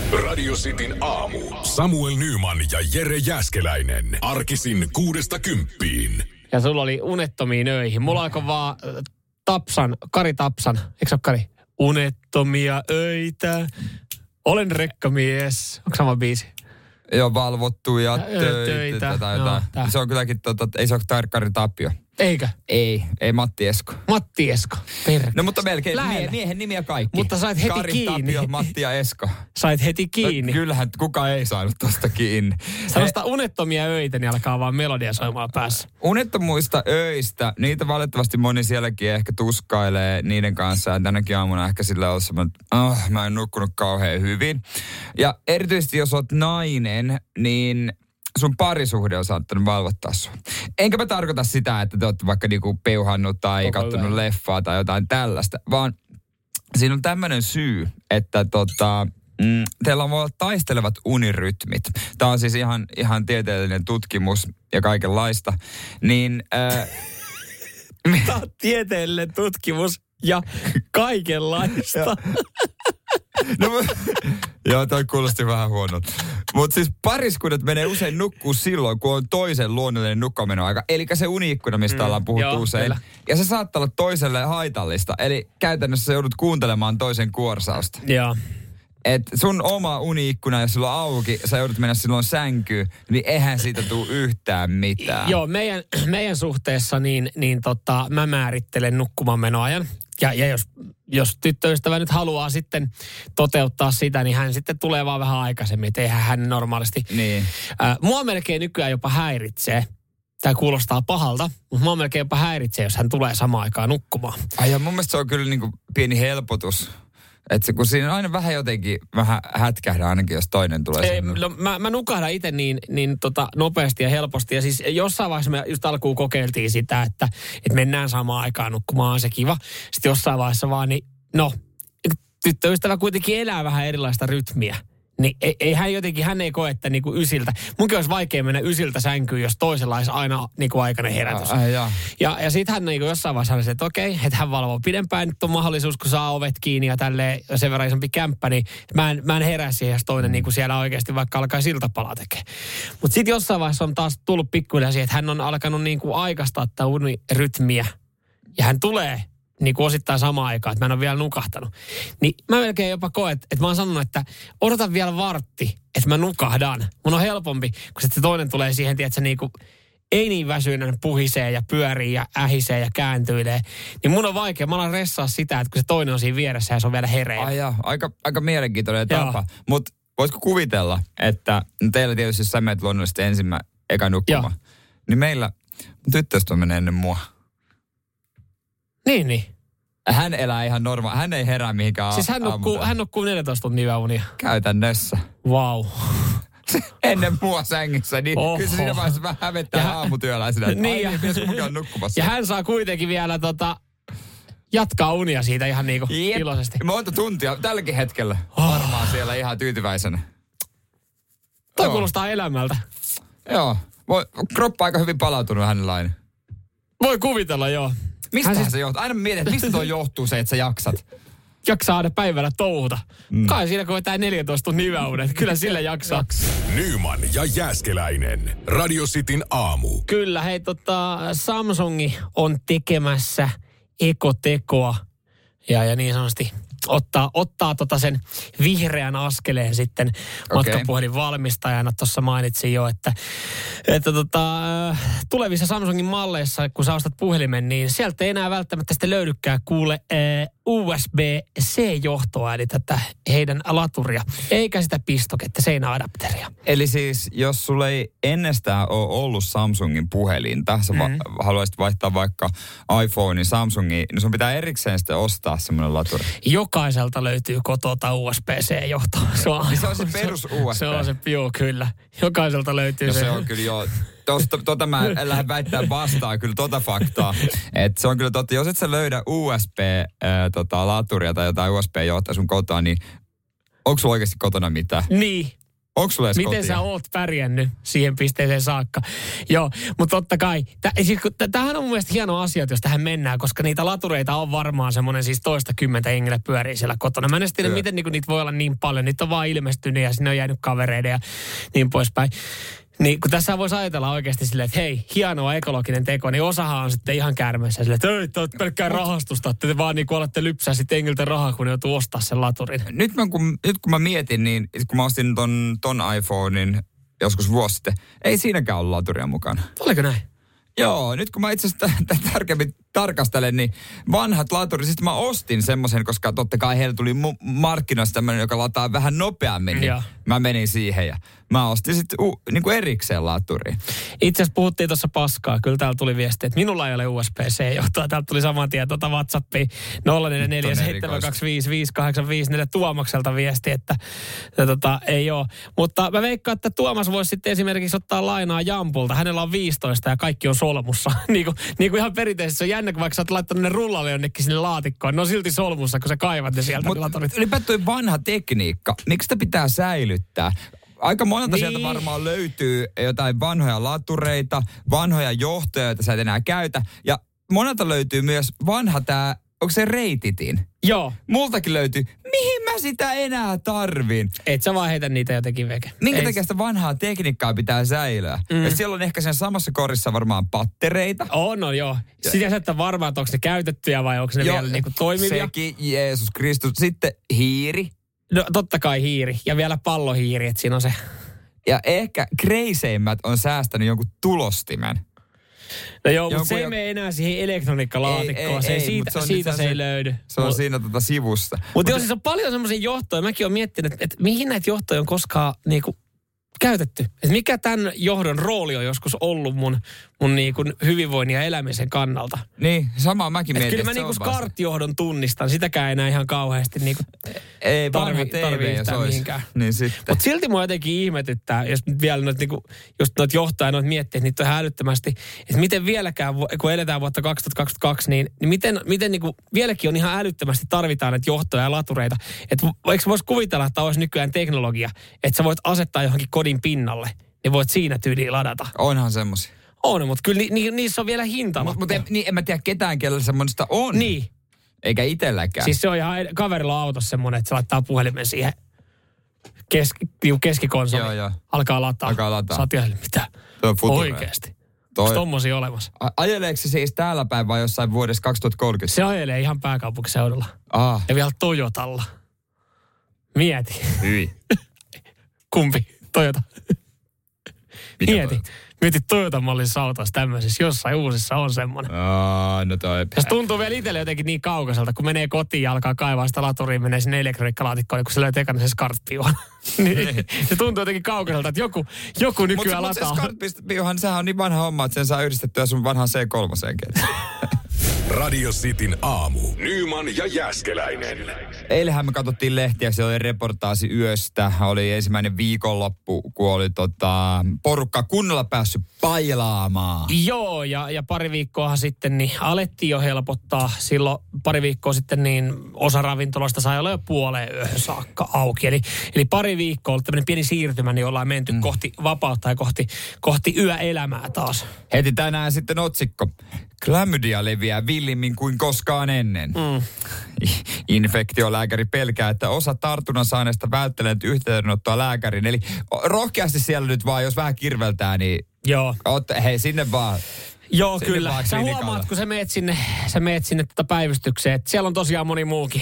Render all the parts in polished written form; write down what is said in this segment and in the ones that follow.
Radio Cityn aamu. Samuel Nyman ja Jere Jääskeläinen. Arkisin 6–10. Ja sulla oli unettomiin öihin. Mulla alkoi vaan Kari Tapsan. Eikö se ole Kari? Unettomia öitä. Olen rekkamies. Onko sama biisi? Joo, valvottuja töitä tai jotain. No, se on kylläkin, ei se ole Kari Tapio. Eikö? Ei Matti Esko. Matti Esko, perkele. No mutta melkein miehen nimiä kaikki. Mutta sait heti Kari, kiinni. Tapio, Matti ja Esko. Sait heti kiinni. No, kyllähän kukaan ei saanut tosta kiinni. Sanoista unettomia öitä, niin alkaa vaan melodia soimaan päässä. Unettomuista öistä, niitä valitettavasti moni sielläkin ehkä tuskailee niiden kanssa. Ja tänäkin aamuna ehkä sillä on semmoinen, että mä en nukkunut kauhean hyvin. Ja erityisesti jos oot nainen, niin sun parisuhde on saattanut valvottaa sua. Enkä mä tarkoita sitä, että te ootte vaikka niinku peuhannut tai kattonut leffaa tai jotain tällaista, vaan siinä on tämmöinen syy, että teillä voi olla taistelevat unirytmit. Tämä on siis ihan tieteellinen tutkimus ja kaikenlaista. Niin, Tämä on tieteellinen tutkimus ja kaikenlaista. Joo, toi kuulosti vähän huonolta. Mutta siis pariskunnat menee usein nukkuu silloin, kun on toisen luonnollinen nukkamenoaika. Eli se uni-ikkuna, mistä ollaan puhuttu usein. Kyllä. Ja se saattaa olla toiselle haitallista. Eli käytännössä joudut kuuntelemaan toisen kuorsausta. Joo. Et sun oma uni-ikkuna, jos sulla on auki, sä joudut mennä silloin sänkyyn, niin eihän siitä tule yhtään mitään. Joo, meidän suhteessa mä määrittelen nukkumaanmenoajan. Ja jos tyttöystävä nyt haluaa sitten toteuttaa sitä, niin hän sitten tulee vaan vähän aikaisemmin. Et eihän hän normaalisti. Niin. Mua melkein nykyään jopa häiritsee. Tämä kuulostaa pahalta, mutta mua melkein jopa häiritsee, jos hän tulee samaan aikaan nukkumaan. Ai ja mun mielestä se on kyllä niinku pieni helpotus. Että kun siinä aina vähän jotenkin hätkähdä ainakin, jos toinen tulee. No, mä nukahdan itse niin nopeasti ja helposti. Ja siis jossain vaiheessa me just alkuun kokeiltiin sitä, että mennään samaan aikaan nukkumaan, on se kiva. Sitten jossain vaiheessa vaan, tyttöystävä kuitenkin elää vähän erilaista rytmiä. Niin hän ei koe, että niinku ysiltä. Munkin olisi vaikea mennä ysiltä sänkyyn, jos toisella olisi aina niinku aikainen herätys. Ja sitten hän niinku jossain vaiheessa sanoi, että okei, että hän valvoo pidempään. Nyt on mahdollisuus, kun saa ovet kiinni ja tälleen sen verran isompi kämppä, niin mä en herää siihen, jos toinen niinku siellä oikeasti vaikka alkaa siltapalaa tekemään. Mutta sitten jossain vaiheessa on taas tullut pikkuhiljaa siihen, että hän on alkanut niinku aikaistaa tätä unirytmiä. Ja hän tulee niin kuin osittain samaan aikaan, että mä en ole vielä nukahtanut. Niin mä melkein jopa koen, että mä oon sanonut, että odotan vielä vartti, että mä nukahdan. Mun on helpompi, kun sitten toinen tulee siihen, että se niinku ei niin väsyinen puhisee ja pyörii ja ähisee ja kääntyilee. Niin mun on vaikea, mä alan ressaa sitä, että kun se toinen on siinä vieressä ja se on vielä hereillä. Ai jaa, aika mielenkiintoinen tapa. Mutta voisiko kuvitella, että teillä tietysti sä menet luonnollisesti eka nukkumaan. Niin meillä tyttöystävä menee ennen mua. Niin. Hän elää ihan normaali. Hän ei herää mihinkään siis hän nukkuu 14 tuntia unia. Käytännössä. Vau. Ennen mua sängyssä, niin kyllä se siinä vaiheessa vähän hävettää aamutyöläisenä. Niin, pitäisikö mukaan nukkumassa? Ja hän saa kuitenkin vielä jatkaa unia siitä ihan niinku iloisesti. Monta tuntia tälläkin hetkellä. Varmaan siellä ihan tyytyväisenä. Toi kuulostaa elämältä. Joo. Kroppa aika hyvin palautunut hänellä aina. Voi kuvitella, joo. Mistähän se johtuu? Aina mietin, että mistä toi johtuu se, että sä jaksat? Jaksaa aina päivällä touhuta. Kai siinä kun vetää 14 tunnin yöunet. Kyllä sillä jaksaa. Nyman ja Jääskeläinen. Radio Cityn aamu. Kyllä, hei Samsungi on tekemässä ekotekoa. Ja niin sanotusti ottaa sen vihreän askeleen sitten matkapuhelin valmistajana. Tuossa mainitsin jo, että tulevissa Samsungin malleissa, kun sä ostat puhelimen, niin sieltä ei enää välttämättä sitten löydykään kuule USB-C-johtoa, eli tätä heidän laturia, eikä sitä pistoketta, seinäadapteria. Eli siis, jos sulla ei ennestään ole ollut Samsungin puhelinta, sä haluaisit vaihtaa vaikka iPhonein Samsungiin, niin sun pitää erikseen sitten ostaa semmoinen laturi. Jokaiselta löytyy kotota USB-C-johto. Se on se perus USB. Se on se, joo kyllä. Jokaiselta löytyy se. Se on kyllä joo. Mä en lähde väittämään vastaan kyllä faktaa. Että se on kyllä totta. Jos et sä löydä USB-laturia tai jotain USB-johtoa sun kotaan, niin onko sulla oikeasti kotona mitään? Niin. Onko sulla edes miten kotia? sä oot pärjännyt siihen pisteeseen saakka. Joo, mutta totta kai. Tämähän on mun mielestä hieno asia, jos tähän mennään, koska niitä latureita on varmaan semmoinen siis 20 hengellä pyörii siellä kotona. Mä en tiedä, miten niitä voi olla niin paljon. Niitä on vaan ilmestynyt ja sinne on jäänyt kavereiden ja niin poispäin. Niin kun tässä voisi ajatella oikeasti silleen, että hei, hienoa ekologinen teko, niin osahan on sitten ihan kärmessä silleen, että ei, tämä on pelkkää rahastusta, että te vaan niin kuin alatte lypsää sitten engiltä rahaa, kun ne joutuu ostaa sen laturin. Nyt kun mä mietin, niin kun mä ostin ton iPhonein joskus vuosi sitten, ei siinäkään ollut laturia mukana. Oliko näin? Joo, nyt kun mä itse asiassa tarkemmin tarkastelen, niin vanhat laturit, siis mä ostin semmoisen, koska totta kai heillä tuli markkinoista tämmöinen, joka lataa vähän nopeammin, niin mä menin siihen ja mä ostin sitten niinku erikseen laturiin. Itse asiassa puhuttiin tuossa paskaa, kyllä täällä tuli viesti, että minulla ei ole USB-C-johtoa. Täältä tuli saman tien WhatsAppiin 0447255854 Tuomakselta viesti, että ei ole. Mutta mä veikkaan, että Tuomas voisi sitten esimerkiksi ottaa lainaa Jampulta. Hänellä on 15 ja kaikki on solmussa. niin kuin ihan perinteisesti se on jännä, kun vaikka sä oot laittanut ne rullalle jonnekin sinne laatikkoon. Ne on silti solmussa, kun sä kaivat ne sieltä. Mutta ylipäätään toi vanha tekniikka, miksi sitä pitää säilyttää? Aika monelta sieltä varmaan löytyy jotain vanhoja latureita, vanhoja johtoja, joita sä et enää käytä. Ja monelta löytyy myös vanha tää, onko se reititin? Joo. Multakin löytyy. Mihin mä sitä enää tarvin? Et sä vaan heitä niitä jotenkin veke. Minkä takia sitä vanhaa tekniikkaa pitää säilyä? Ja siellä on ehkä sen samassa korissa varmaan pattereita. On joo. Sitä sä et ole varmaan, että onko ne käytettyjä vai onko ne vielä niinku toimivia. Sekin, Jeesus Kristus. Sitten hiiri. No totta kai hiiri. Ja vielä pallohiiri, että siinä on se. Ja ehkä kreiseimmät on säästänyt jonkun tulostimen. No joo, mutta se ei mene enää siihen elektroniikkalaatikkoon. Siitä se ei löydy. Se on siinä sivusta. Mutta jos siis on paljon semmoisia johtoja, mäkin olen miettinyt, että mihin näitä johtoja on koskaan niinku käytetty. Että mikä tämän johdon rooli on joskus ollut mun niinku hyvinvoinnin ja elämisen kannalta. Niin, samaa mäkin mietin. Kyllä mä niinku SCART-johdon tunnistan. Sitäkään enää ihan kauheasti niinku ei vanha TV, jos olisi. Niin sitten. Mutta silti mua jotenkin ihmetyttää, jos nyt vielä niinku, just noita johtoja noita miettii, että niitä on älyttömästi. Että miten vieläkään, kun eletään vuotta 2022, niin miten niinku vieläkin on ihan älyttömästi tarvitaan näitä johtoja ja latureita. Että eikö voisi kuvitella, että olisi nykyään teknologia, että sä voit asettaa johonkin kodin pinnalle, niin voit siinä tyyliin ladata. Onhan semmosia. On, mutta kyllä niissä on vielä hinta. Mutta en mä tiedä ketään, kenellä semmoista on. Niin. Eikä itselläkään. Siis se on ihan kaverilla autossa semmoinen, että se laittaa puhelimen siihen keskikonsoli. Joo. Alkaa lataa. Sä oot ihan, mitä? Oikeesti. Onko tommosia olemassa? Ajeleeko se siis täällä päin vai jossain vuodessa 2030? Se ajelee ihan pääkaupunkiseudulla. Ja vielä Toyotalla. Mieti. Hyi. Kumpi? Toyota. Mieti Toyota-mallisessa autossa tämmöisessä. Jossain uusissa on semmoinen. No toi. Se tuntuu vielä itselle jotenkin niin kaukaiselta, kun menee kotiin ja alkaa kaivaa sitä laturiin, menee sinne elektroniikkalaatikkoon, niin kun se löytää ekana sen SCART-piuhan. Niin. Se tuntuu jotenkin kaukaiselta, että joku nykyään lataa. Mutta se SCART-piuhan, sehän on niin vanha homma, että sen saa yhdistettyä sun vanhaan C3. Radio Cityn aamu. Nyman ja Jääskeläinen. Eilähän me katsottiin lehtiä, se oli reportaasi yöstä. Oli ensimmäinen viikonloppu, kun oli porukka kunnolla päässyt pailaamaan. Joo, ja pari viikkoa sitten niin alettiin jo helpottaa. Silloin pari viikkoa sitten niin osa ravintoloista sai olla jo puoleen yöhön saakka auki. Eli pari viikkoa oli tämmöinen pieni siirtymä, niin ollaan menty kohti vapautta ja kohti yöelämää taas. Heti tänään sitten otsikko. Klamydia leviää villimmin kuin koskaan ennen. Infektiolääkäri pelkää, että osa tartunnan saaneista välttelee yhteydenottoa lääkäriin. Eli rohkeasti siellä nyt vaan, jos vähän kirveltää, niin joo. Hei, sinne vaan. Joo, kyllä. Sä huomaat, kun sä meet sinne päivystykseen, että siellä on tosiaan moni muukin.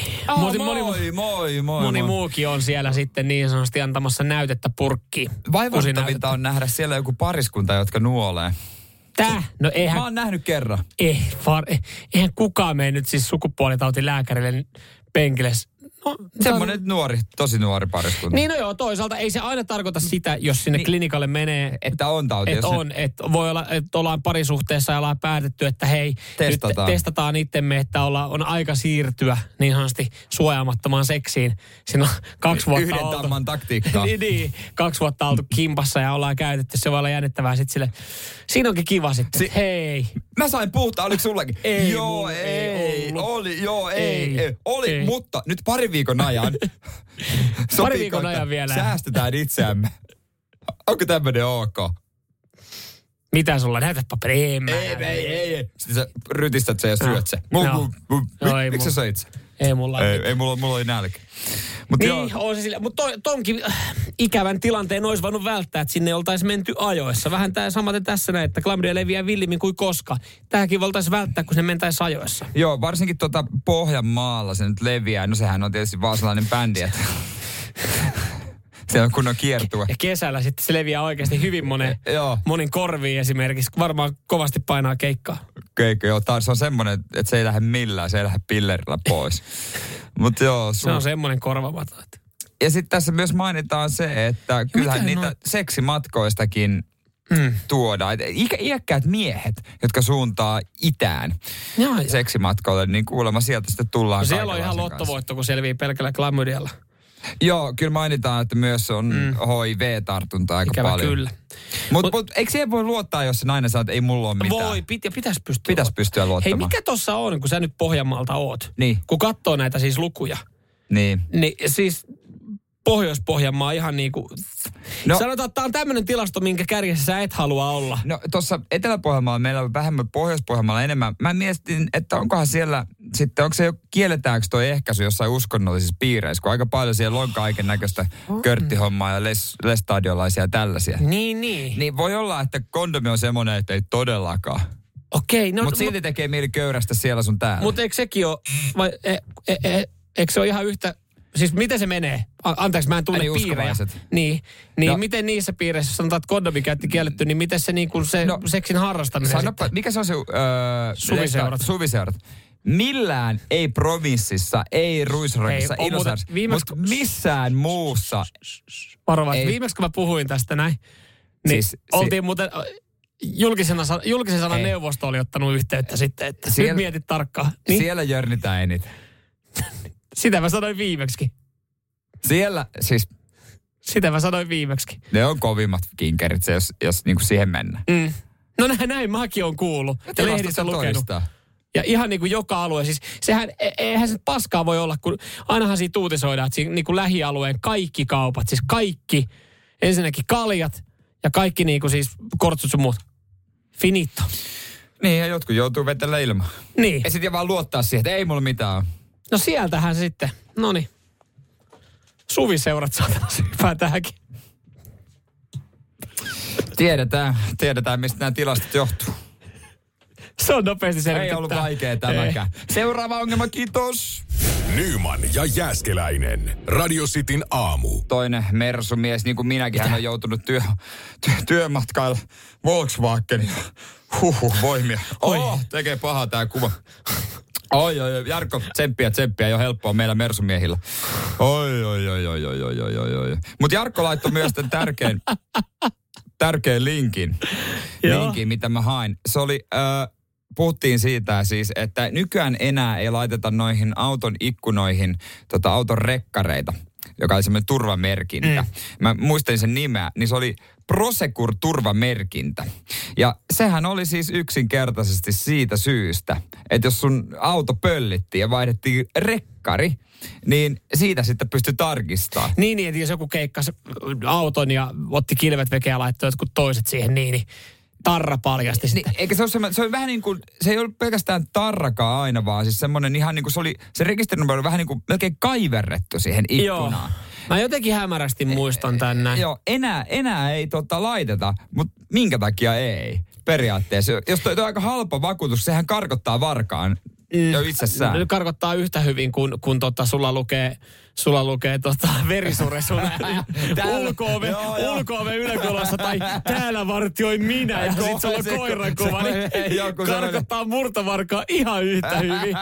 Moni muukin on siellä sitten niin sanotusti antamassa näytettä purkkiin. Vaivattavinta on nähdä siellä joku pariskunta, jotka nuolee. No eihän... Mä oon nähnyt kerran. Eihän kukaan mene nyt siis sukupuolitautilääkärille penkille. No, semmoinen tosi nuori pariskunta. Niin no joo, toisaalta ei se aina tarkoita sitä, jos sinne klinikalle menee. Että on tauti. Että voi olla, että ollaan parisuhteessa ja ollaan päätetty, että hei, nyt testataan itsemme, että on aika siirtyä niin sanotusti suojaamattomaan seksiin. Siinä on 2 vuotta yhden tamman taktiikkaa. niin, 2 vuotta oltu kimpassa ja ollaan käytetty. Se voi olla jännittävää sitten sille. Siinä onkin kiva sitten, hei. Mä sain puhuttaa, oliko sullakin? Ei, Oli, mutta nyt pari viikon ajan. Pari viikon ajan vielä. Säästetään itseämme. Onko tämmöinen ok? Mitä sulla? Näytä paperi. Ei. Sitten sä rytistät sen ja syöt sen. Miksi sä söit sen? Ei mulla. Ei mulla oli nälkä. Niin, on se sillä. Mutta tonkin ikävän tilanteen olisi voinut välttää, että sinne oltaisiin menty ajoissa. Vähän samaten tässä näin, että klamydia leviää villimmin kuin koska. Tämäkin voitaisiin välttää, kun se mentäisiin ajoissa. Joo, varsinkin Pohjanmaalla se nyt leviää. No sehän on tietysti vaan sellainen bändi, että se on kunnon kiertue. Ja kesällä sitten se leviää oikeasti hyvin monin korviin esimerkiksi. Varmaan kovasti painaa keikkaa. Keikka, joo. Se on semmoinen, että se ei lähde millään, se ei lähde pillerillä pois. Mut joo, se on semmoinen korvamato. Ja sitten tässä myös mainitaan se, että kyllähän niitä seksimatkoistakin tuodaan. Iäkkäät miehet, jotka suuntaa itään seksimatkoille, niin kuulemma sieltä sitten tullaan. No siellä on ihan lottovoitto, kun selvii pelkällä klamydialla. Joo, kyllä mainitaan, että myös on HIV-tartunta aika ikävä paljon. Kyllä. Mutta eikö siihen voi luottaa, jos se nainen sanoo, että ei mulla ole mitään? Voi, pitäisi pystyä. Pitäisi pystyä luottamaan. Hei, mikä tossa on, kun sä nyt Pohjanmaalta oot? Niin. Kun katsoo näitä siis lukuja. Niin siis Pohjois-Pohjanmaa ihan niinku. No, sanotaan, että tämä on tämmöinen tilasto, minkä kärjessä sä et halua olla. No tuossa Etelä-Pohjanmaalla meillä on vähemmän, Pohjois-Pohjanmaalla enemmän. Mä mietin, että onkohan siellä sitten, onko se jo, kielletäänkö toi ehkäisy jossain uskonnollisissa piireissä, kun aika paljon siellä on kaiken näköistä körttihommaa ja lestadiolaisia tällaisia. Niin. Niin voi olla, että kondomi on semmoinen, että ei todellakaan. Okei. No, mutta silti tekee mieli köyrästä siellä sun täällä. Mutta eikö sekin ole, vai eikö se ole ihan yhtä. Siis miten se menee? Anteeksi, mä en tunne piirejä. Niin, no, miten niissä piireissä, jos sanotaan, että kondomi käytti kielletty, niin miten se, niin kuin se seksin harrastaminen sanoppa, mikä se on se suviseurat? Millään ei provinssissa, ei Ruisrockissa, mutta missään muussa. Varovasti. Viimeksi kun mä puhuin tästä näin, niin siis, oltiin muuten. Julkisen sanan neuvosto oli ottanut yhteyttä sitten, että nyt mietit tarkkaan. Niin? Siellä jörnitään eniten. Sitä mä sanoin viimeksi. Siellä, siis. Sitä mä sanoin viimeksi. Ne on kovimmat kinkerit, jos niinku siihen mennään. No näin mäkin on kuullut. Ja lehdissä lukenut. Ja ihan niin kuin joka alue. Siis sehän, eihän se paskaa voi olla, kun ainahan siitä uutisoidaan, että niin kuin lähialueen kaikki kaupat, siis kaikki, ensinnäkin kaljat ja kaikki niin kuin siis kortsut sun muut. Finito. Niin, ja jotkut joutuu vetellä ilman. Niin. Ja sitten vaan luottaa siihen, että ei mulla mitään. No sieltähän sitten, noniin. Suviseurat saatana syypää tähänkin. Tiedetään, mistä nämä tilastot johtuu. Se on nopeasti selvitettä. Ei ollut vaikea tämäkään. Seuraava ongelma, kiitos. Nyman ja Jääskeläinen. Radio Cityn aamu. Toinen mersumies, niin kuin minäkin, hän on joutunut työmatkailla Volkswagenin. Voimia. Tekee pahaa tää kuva. Oi, Jarkko, tsemppiä, ei ole helppoa meillä mersumiehillä. Oi. Mutta Jarkko laittoi myös tämän tärkeän linkin, mitä mä hain. Se oli, puhuttiin siitä siis, että nykyään enää ei laiteta noihin auton ikkunoihin auton rekkareita, joka oli semmoinen turvamerkintä. Mä muistelin sen nimeä, niin se oli Prosegur-turvamerkintä. Ja sehän oli siis yksinkertaisesti siitä syystä, että jos sun auto pöllittiin ja vaihdettiin rekkari, niin siitä sitten pystyi tarkistamaan. Niin, että jos joku keikkasi auton ja otti kilvet vekeä ja laittoi jotkut toiset siihen niin tarra paljasti sitten. Niin, eikä se oli vähän niin kuin, se ei ollut pelkästään tarrakaan aina, vaan siis semmoinen ihan niin kuin se rekisterinumero oli vähän niin kuin melkein kaiverrettu siihen ikkunaan. Joo. Mä jotenkin hämärästi muistan tänne. Joo, enää ei laiteta, mutta minkä takia ei? Periaatteessa. Jos toi on aika halpa vakuutus, sehän karkottaa varkaan jo itsessään. Nyt karkottaa yhtä hyvin, kun sulla lukee verisure sun ulko-ove yläkulmassa tai täällä vartioin minä ja sit sulla on koirankuva, niin karkottaa murtovarkaa ihan yhtä hyvin.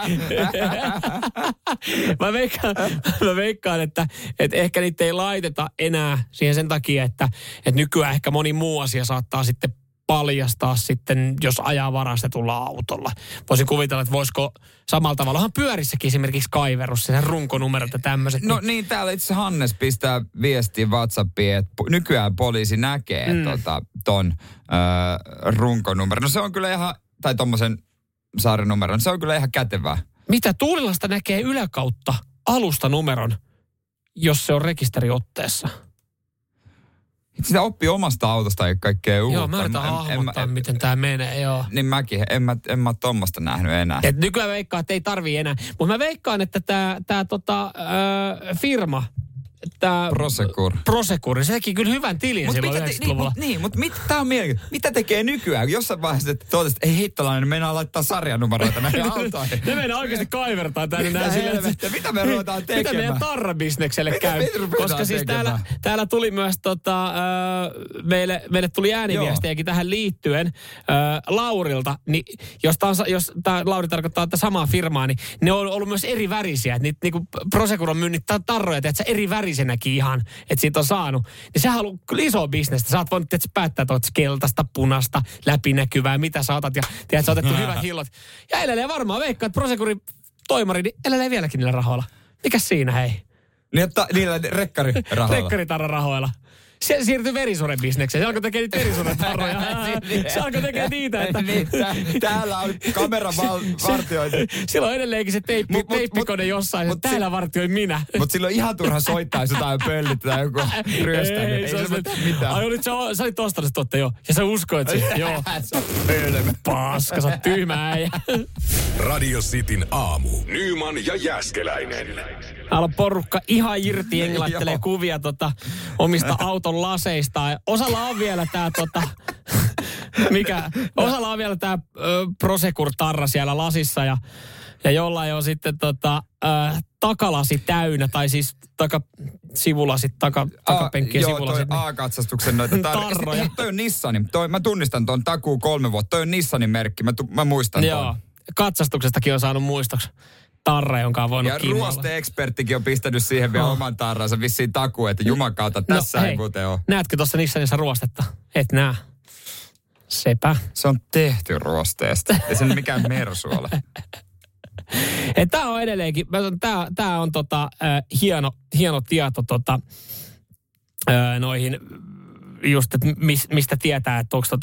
Mä veikkaan, että ehkä niitä ei laiteta enää siihen sen takia, että nykyään ehkä moni muu asia saattaa sitten paljastaa sitten, jos ajaa varastetulla autolla. Voisin kuvitella, että voisiko samalla tavallahan pyörissäkin esimerkiksi kaiverus, sen runkonumerot ja tämmöiset. No niin, täällä itse Hannes pistää viestiä WhatsAppiin, että nykyään poliisi näkee ton runkonumeron. No se on kyllä ihan, tai tommosen saarinumeron, se on kyllä ihan kätevää. Mitä Tuulilasta näkee yläkautta alustanumeron, jos se on rekisteriotteessa. Sitä oppii omasta autosta ja kaikkea uutta. Joo, mä yritän hahmottaa, miten tää menee, joo. Niin mäkin, en mä tommoista nähnyt enää. Et nykyään veikkaan, että ei tarvii enää. Mutta mä veikkaan, että tää firma, Prosegur, se teki kyllä hyvän tilin silloin 90-luvulla. Mutta tää on mielenkiintoista. Mitä tekee nykyään? Jossain vaiheessa totesit, että ei hittalainen, mennään laittaa sarjanumeroita näihin autoihin. Ne mennään oikeasti kaivertaa tänne näin silleen. Mitä me ruvetaan tekemään? Mitä meidän tarrabisnekselle käy? Koska siis täällä tuli myös meille tuli ääniviestejäkin tähän liittyen Laurilta. Niin jos tää Lauri tarkoittaa tätä samaa firmaa, niin ne on ollut myös eri värisiä. Niinku Prosegur on myynyt tarroja, että eri värisenäkin ihan, että siitä on saanut. Niin sehän on ollut kyllä iso bisnestä. Sä oot voinut päättää, että oot keltaista, punasta, läpinäkyvää, mitä sä otat. Ja tiedät, sä otettu hyvät hillot. Ja elelee varmaan veikkaa, että Prosegurin toimari, niin elelee vieläkin niillä rahoilla. Mikäs siinä, hei? Niillä rekkarirahoilla. Rekkaritarrarahoilla. Se siirtyi verisuonebisnekseen. Se alkoi tekemään niitä verisuonetarroja. Se alkoi tekemään niitä, että... Täällä on kameravartiointi. Silloin edelleenkin se teippikone jossain. Täällä vartioi minä. Mutta silloin ihan turha soittaa, jos jotain pöllittää tai joku ryöstää. Ei se ole mitään. Ai nyt sä olit ostanut sitä tuotta jo. Ja sä uskoit siihen. Joo. Sä oot pölmä. Paska, sä oot tyhmä äijä. Radio Cityn aamu. Nyman ja Jääskeläinen. Täällä porukka ihan irti englattelee kuvia omista auton laseista. Osalla on vielä osalla on vielä tää Prosegur-tarra siellä lasissa ja jollain on sitten takalasi täynnä, tai siis sivulasit, takapenkkiä sivulasit. Joo, A-katsastuksen noita tarroja. Toi on Nissanin. Mä tunnistan ton takuu 3 vuotta. Toi on Nissanin merkki. Mä muistan ton. Joo, katsastuksestakin on saanut muistoksi. Tarra, jonka on voinut kiinnolla. Ja ruoste-eksperttikin on pistänyt siihen vielä oman tarransa vissiin takuu, että jumakauta, tässä ei muuten ole. Näetkö tuossa Nissanissa ruostetta? Et näe. Sepä. Se on tehty ruosteesta. Ei se mikään mersu ole. Tää on edelleenkin, tää on hieno tieto noihin, just, että mistä tietää, että onko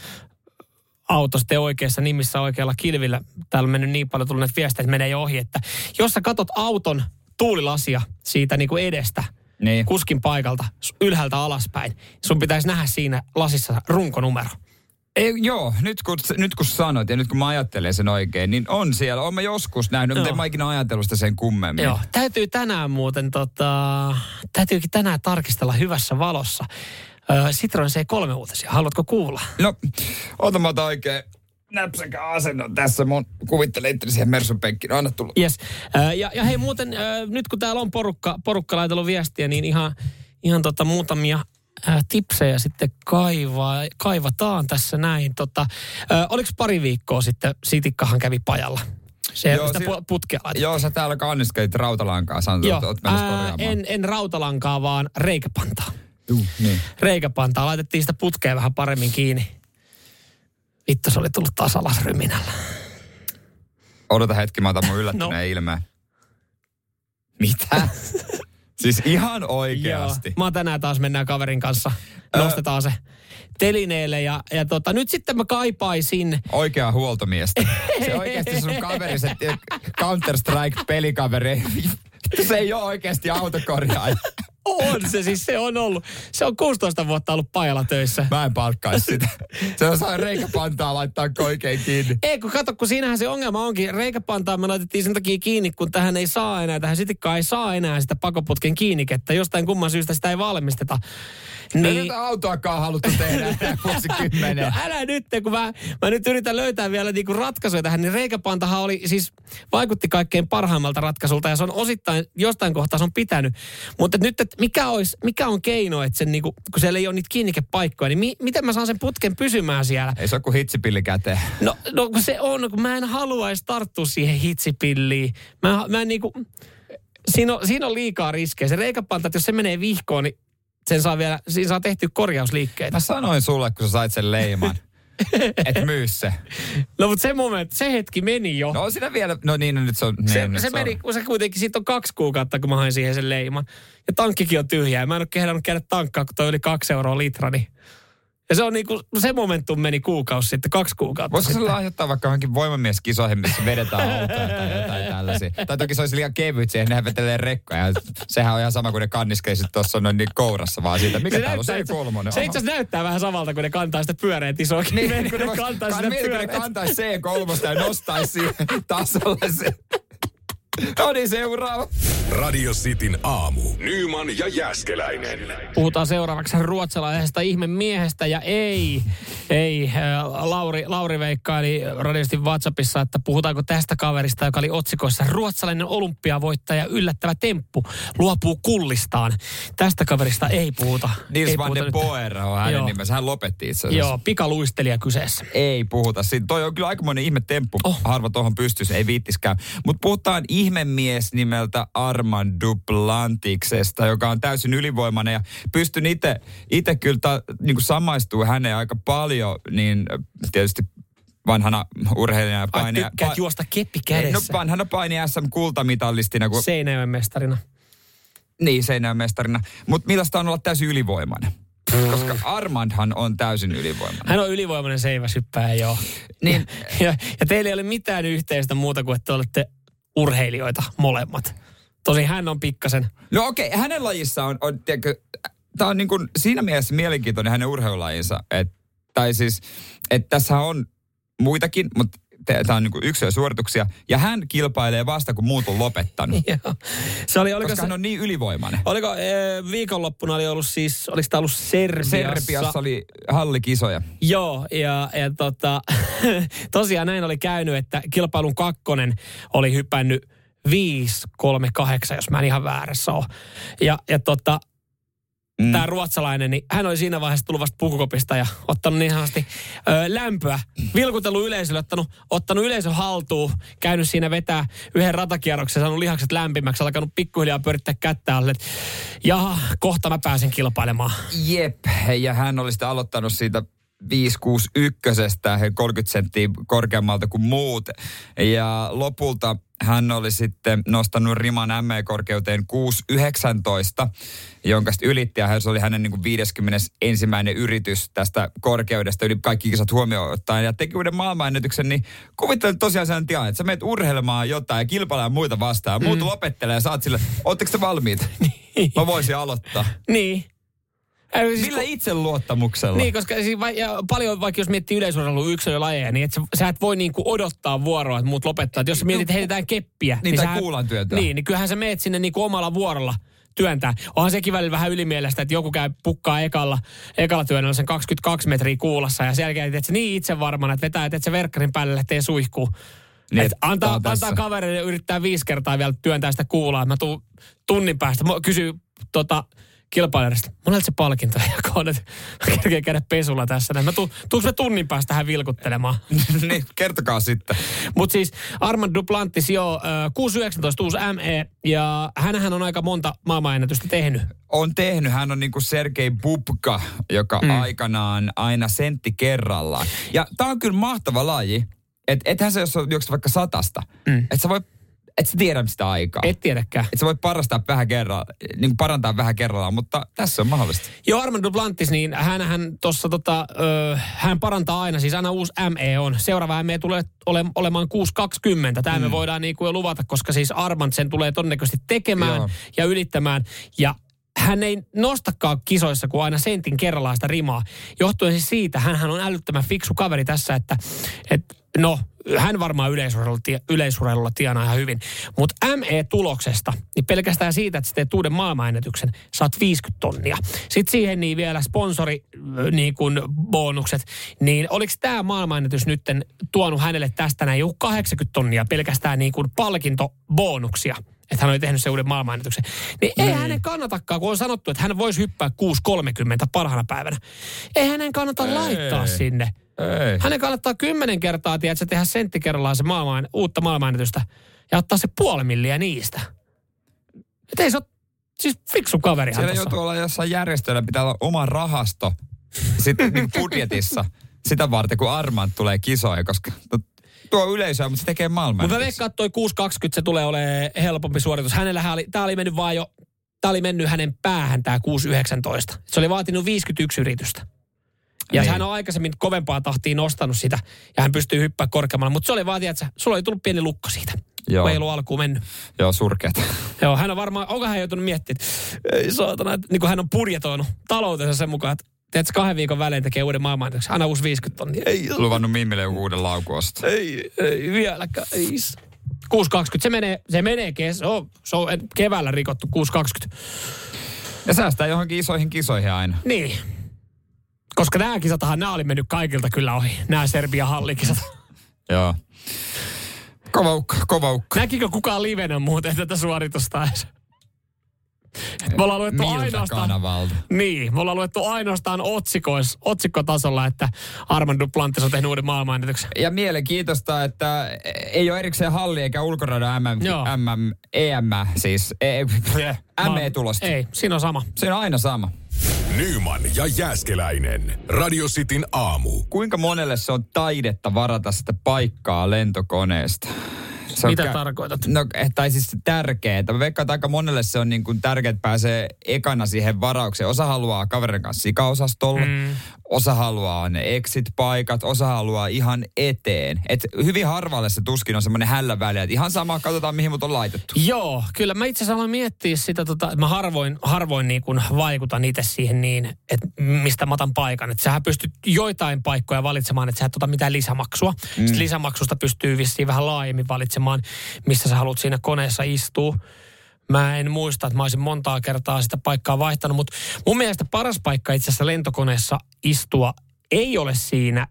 auto sitten oikeassa nimissä oikealla kilvillä. Täällä on mennyt niin paljon, tullut näitä viestejä, että menee jo ohi, että jos sä katot auton tuulilasia siitä niin kuin edestä, niin kuskin paikalta, ylhäältä alaspäin, sun pitäisi nähdä siinä lasissa runkonumero. Joo, nyt kun sanoit ja nyt kun mä ajattelen sen oikein, niin on siellä. Olen mä joskus nähnyt, mutta en mä ikinä ajatellut sitä sen kummemmin. Joo, täytyy tänään muuten täytyykin tänään tarkistella hyvässä valossa. Citroen C3-uutisia. Haluatko kuulla? No, mä otan oikein näpsäkään asennon tässä. Mä kuvittelen itteni siihen Mersun penkkiin. Anna tulla. Yes. Ja hei muuten, nyt kun täällä on porukka laitellut viestiä, niin ihan muutamia tipsejä sitten kaivataan tässä näin. Oliko pari viikkoa sitten Sitikkahan kävi pajalla? Sitä putkea laitettiin. Joo, sä täällä kanniskelit rautalankaa. En rautalankaa, vaan reikäpantaa. Niin. Reikäpantaa. Laitettiin sitä putkea vähän paremmin kiinni. Vittu, se oli tullut taas alas ryminällä. Odota hetki, mä otan mun yllättyneen ilmeen. Mitä? Siis ihan oikeasti. Joo. Mä tänään taas mennään kaverin kanssa. Nostetaan se telineelle ja nyt sitten mä kaipaisin... Oikeaa huoltomiestä. Se oikeasti sun kaveri, se Counter-Strike-pelikaveri. Se ei ole oikeasti autokorjaaja. On se, siis se on ollut. Se on 16 vuotta ollut pajalla töissä. Mä en palkkaisi sitä. Se on saa reikäpantaa laittaa oikein kiinni. Ei, kun siinähän se ongelma onkin. Reikäpantaa me laitettiin sen takia kiinni, kun tähän ei saa enää, tähän Sitikkaan ei saa enää sitä pakoputken kiinnikettä. Jostain kumman syystä sitä ei valmisteta. Niin... Ei tätä autoakaan haluttu tehdä enää vuosikymmenen. No älä nyt, kun mä nyt yritän löytää vielä niinku ratkaisuja tähän, niin reikäpantahan oli siis, vaikutti kaikkein parhaimmalta ratkaisulta ja se on osittain, jostain kohtaa se on pitänyt. Mutta nyt, että mikä on keino, että sen niinku, kun siellä ei ole niitä kiinnikepaikkoja, niin miten mä saan sen putken pysymään siellä? Ei se ole kuin hitsipilli käteen. No kun se on, kun mä en haluaisi tarttua siihen hitsipilliin. Mä en niinku, siinä on liikaa riskejä. Se reikäpanta, että jos se menee vihkoon, niin siinä saa tehtyä korjausliikkeitä. Mä sanoin sulle, kun sä sait sen leiman, et myy se. No mutta se hetki meni jo. No siinä vielä, no niin, nyt se on. Se meni, kun se kuitenkin, siitä on 2 kuukautta, kun mä hain siihen sen leiman. Ja tankkikin on tyhjää. Mä en ole kehdannut käydä tankkaa, kun toi oli 2 € litra, niin Ja se on niinku, se momentum meni kuukausi sitten, 2 kuukautta Voisiko sitten. se lahjoittaa vaikka johonkin voimamieskisoihin, missä vedetään autoja tai jotain tällaisia? Tai toki se olisi liian kevyt siihen, nehän vetelee rekkoja. Sehän on ihan sama kuin ne kanniskeiset tuossa noin niin kourassa vaan siitä. Mikä täällä on C3? Se itse asiassa näyttää vähän samalta, kun ne kantaa sitä pyöreät isoa kiveä, kun ne kantaa sitä pyöreät. Ne kantaisi C3 ja nostaisi siihen tasolle se. No niin, seuraava. Radio Cityn aamu. Nyman ja Jääskeläinen. Puhutaan seuraavaksi ruotsalaisesta ihmemiehestä ja Lauri veikkaili radiosti WhatsAppissa, että puhutaanko tästä kaverista, joka oli otsikoissa ruotsalainen olympiavoittaja yllättävä temppu, luopuu kullistaan. Tästä kaverista ei puhuta. Nils van den Boer on hänen nimensä, hän lopetti itse asiassa. Joo, pikaluistelija kyseessä. Ei puhuta siitä, toi on kyllä aikamoinen ihmetemppu, harva tuohon pystyisi, ei viittiskään. Mutta puhutaan ihmemies nimeltä Armand Duplantiksesta, joka on täysin ylivoimainen ja pystyn itse kyllä niin kuin samaistuu häneen aika paljon, niin tietysti vanhana urheilijana ja painija. Tykkäät juosta keppi kädessä. No vanhana painija SM-kultamitalistina. Seinäjoen mestarina. Niin, Seinäjoen mestarina. Mutta millaista on olla täysin ylivoimainen? Koska Armandhan on täysin ylivoimainen. Hän on ylivoimainen seiväshyppääjä, joo. Niin. Ja teillä ei ole mitään yhteistä muuta kuin, että olette urheilijoita molemmat. Tosin hän on pikkasen. No okei, hänen lajissa on tiedätkö, tämä on niin kuin siinä mielessä mielenkiintoinen hänen urheilulajinsa. Että tässä on muitakin, mutta tämä on niin kuin yksilösuorituksia. Ja hän kilpailee vasta, kun muut on lopettanut. Joo. Koska hän on niin ylivoimainen. Oliko viikonloppuna oli ollut siis, oliko tämä ollut Serbiassa? Serbiassa oli hallikisoja. Joo, ja tosiaan näin oli käynyt, että kilpailun 2 oli hypännyt 5.38, jos mä en ihan väärässä ole. Tämä ruotsalainen, niin hän oli siinä vaiheessa tullut vasta pukukopista ja ottanut niin sanotusti lämpöä. Vilkutellut yleisölle, ottanut yleisön haltuun, käynyt siinä vetää yhden ratakierroksen, saanut lihakset lämpimäksi, alkanut pikkuhiljaa pyörittää kättä alle. Ja kohta mä pääsen kilpailemaan. Jep, ja hän oli sitten aloittanut siitä 561, 30 senttiä korkeammalta kuin muut. Ja lopulta hän oli sitten nostanut riman ME-korkeuteen 619, jonka sitten ylitti. Ja se oli hänen niin kuin 51. yritys tästä korkeudesta yli kaikki kisat huomioon ottaen. Ja teki uuden maailmanennätyksen, niin kuvittelet tosiaan sen tilanne, että sä menet urheilemaan jotain ja kilpailemaan muita vastaan. Muut lopettelee ja sä oot sille, ootteko te valmiita? Mä voisin aloittaa. Niin. Millä itseluottamuksella? Niin, koska paljon vaikka jos miettii yleisurheilun yksilölajeja, niin sä et voi niinku odottaa vuoroa, että muut lopettaa. Et jos mietit, että heitetään keppiä. Niin tai kuulan työntää. Niin kyllähän sä meet sinne niinku omalla vuorolla työntää. Onhan sekin välillä vähän ylimieleistä, että joku käy pukkaa ekalla työnnöllä sen 22 metriä kuulassa ja sen jälkeen teet se niin itsevarmana, että vetää, että se verkkarin päälle lähtee suihkuun. Niin, antaa kaverille yrittää 5 kertaa vielä työntää sitä kuulaa. Mä tuun tunnin päästä, kysyy kilpailijasta, monelta se palkinto jakoon, että kerkeen käydä pesulla tässä. Tuunko me tunnin päästä tähän vilkuttelemaan? Niin, kertokaa sitten. Mutta siis Armand Duplantis, 6.19 uusi ME, ja hänhän on aika monta maailmanennätystä tehnyt. On tehnyt. Hän on niin kuin Sergei Bubka, joka aikanaan aina sentti kerrallaan. Ja tää on kyllä mahtava laji, että ethän se, jos on juokset vaikka 100, että sä voi et sä tiedä sitä aikaa. Et tiedäkään. Et sä voit parantaa vähän kerrallaan, mutta tässä on mahdollista. Joo, Armand Duplantis, niin hän tuossa hän parantaa aina, siis aina uusi ME on. Seuraava ME tulee olemaan 6.20. Tämä me voidaan niin kuin jo luvata, koska siis Armand sen tulee todennäköisesti tekemään ja ylittämään. Ja hän ei nostakaan kisoissa kuin aina sentin kerrallaan sitä rimaa. Johtuen siis siitä, hänhän on älyttömän fiksu kaveri tässä, että hän varmaan yleisurheilulla tienaa ihan hyvin. Mutta ME-tuloksesta, niin pelkästään siitä, että sä teet uuden maailmanennätyksen, saat 50 tonnia. Sitten siihen niin vielä sponsori niin kuin bonukset. Niin oliko tämä maailmanennätys nyt tuonut hänelle tästä näin joku 80 tonnia pelkästään niin kuin palkintobonuksia? Että hän oli tehnyt sen uuden maailmanennätyksen. Niin ei hänen kannatakaan, kun on sanottu, että hän voisi hyppää 6.30 parhaana päivänä. Ei hänen kannata laittaa sinne. Ei. Hänen kannattaa 10 kertaa, tiedätkö, tehdä sentti kerrallaan se uutta maailmanennätystä ja ottaa se 500 000 niistä. Että ei se ole siis fiksu kaverihan siellä tossa. joutuu olla jossain järjestöllä, pitää olla oma rahasto sitten niin budjetissa sitä varten, kun Armand tulee kisoja, koska tuo yleisöä, mutta se tekee maailmanennätys. Mutta veikkaa, että toi 6.20 se tulee olemaan helpompi suoritus. Hänellähän tämä oli mennyt hänen päähän tämä 6.19. Se oli vaatinut 51 yritystä. Ja niin. hän on aikaisemmin kovempaa tahtia nostanut sitä ja hän pystyy hyppää korkeammalla. Mutta se oli vaan, tiedätkö, sulla oli tullut pieni lukko siitä. Joo. Ei ollut alkuun mennyt. Joo, surkeata. Joo, hän on varmaan, onko hän joutunut miettimään, että ei saatana, että niin kuin hän on budjetoinut taloutensa sen mukaan, että tiedätkö, 2 viikon välein tekee uuden maailmanennätyksen. Aina uusi 50 tonnia. Ei. Luvannut Mimmille joku uuden laukuosta. Ei vieläkään. 6,20. Se menee se on keväällä rikottu 6,20. Ja säästää johonkin isoihin kisoihin aina. Niin. Koska nämä kisatahan, nämä oli mennyt kaikilta kyllä ohi. Nämä Serbian hallikisat. Joo. Kova ukko. Näkikö kukaan livenä muuten tätä suoritusta edes? Me ollaan luettu ainoastaan... kanavalta? Niin, me ollaan luettu ainoastaan otsikkotasolla, että Armand Duplantis on tehnyt uuden maailmanennätyksen. Ja mielenkiintoista, että ei ole erikseen halli eikä ulkoradan ME-tulosta. Ei, siinä on sama. Siinä on aina sama. Nyman ja Jääskeläinen. Radio Cityn aamu. Kuinka monelle se on taidetta varata sitä paikkaa lentokoneesta? Mitä tarkoitat? No, tai siis tärkeää. Mä veikkaan, että aika monelle se on niin kuin tärkeää, että pääsee ekana siihen varaukseen. Osa haluaa kaverin kanssa sikaosastolla, osa haluaa ne exit-paikat, osa haluaa ihan eteen. Et hyvin harvalle se tuskin on semmoinen hällä väliä, että ihan sama, katsotaan mihin mut on laitettu. Joo, kyllä mä itse asiassa aloin miettiä sitä, mä harvoin niin kuin vaikutan itse siihen niin, että mistä mä otan paikan. Että sähän pystyt joitain paikkoja valitsemaan, että sä et ota mitään lisämaksua. Sitten lisämaksusta pystyy vissiin vähän laajemmin valitsemaan, missä sä haluat siinä koneessa istua. Mä en muista, että mä olisin montaa kertaa sitä paikkaa vaihtanut, mutta mun mielestä paras paikka itse asiassa lentokoneessa istua ei ole siinä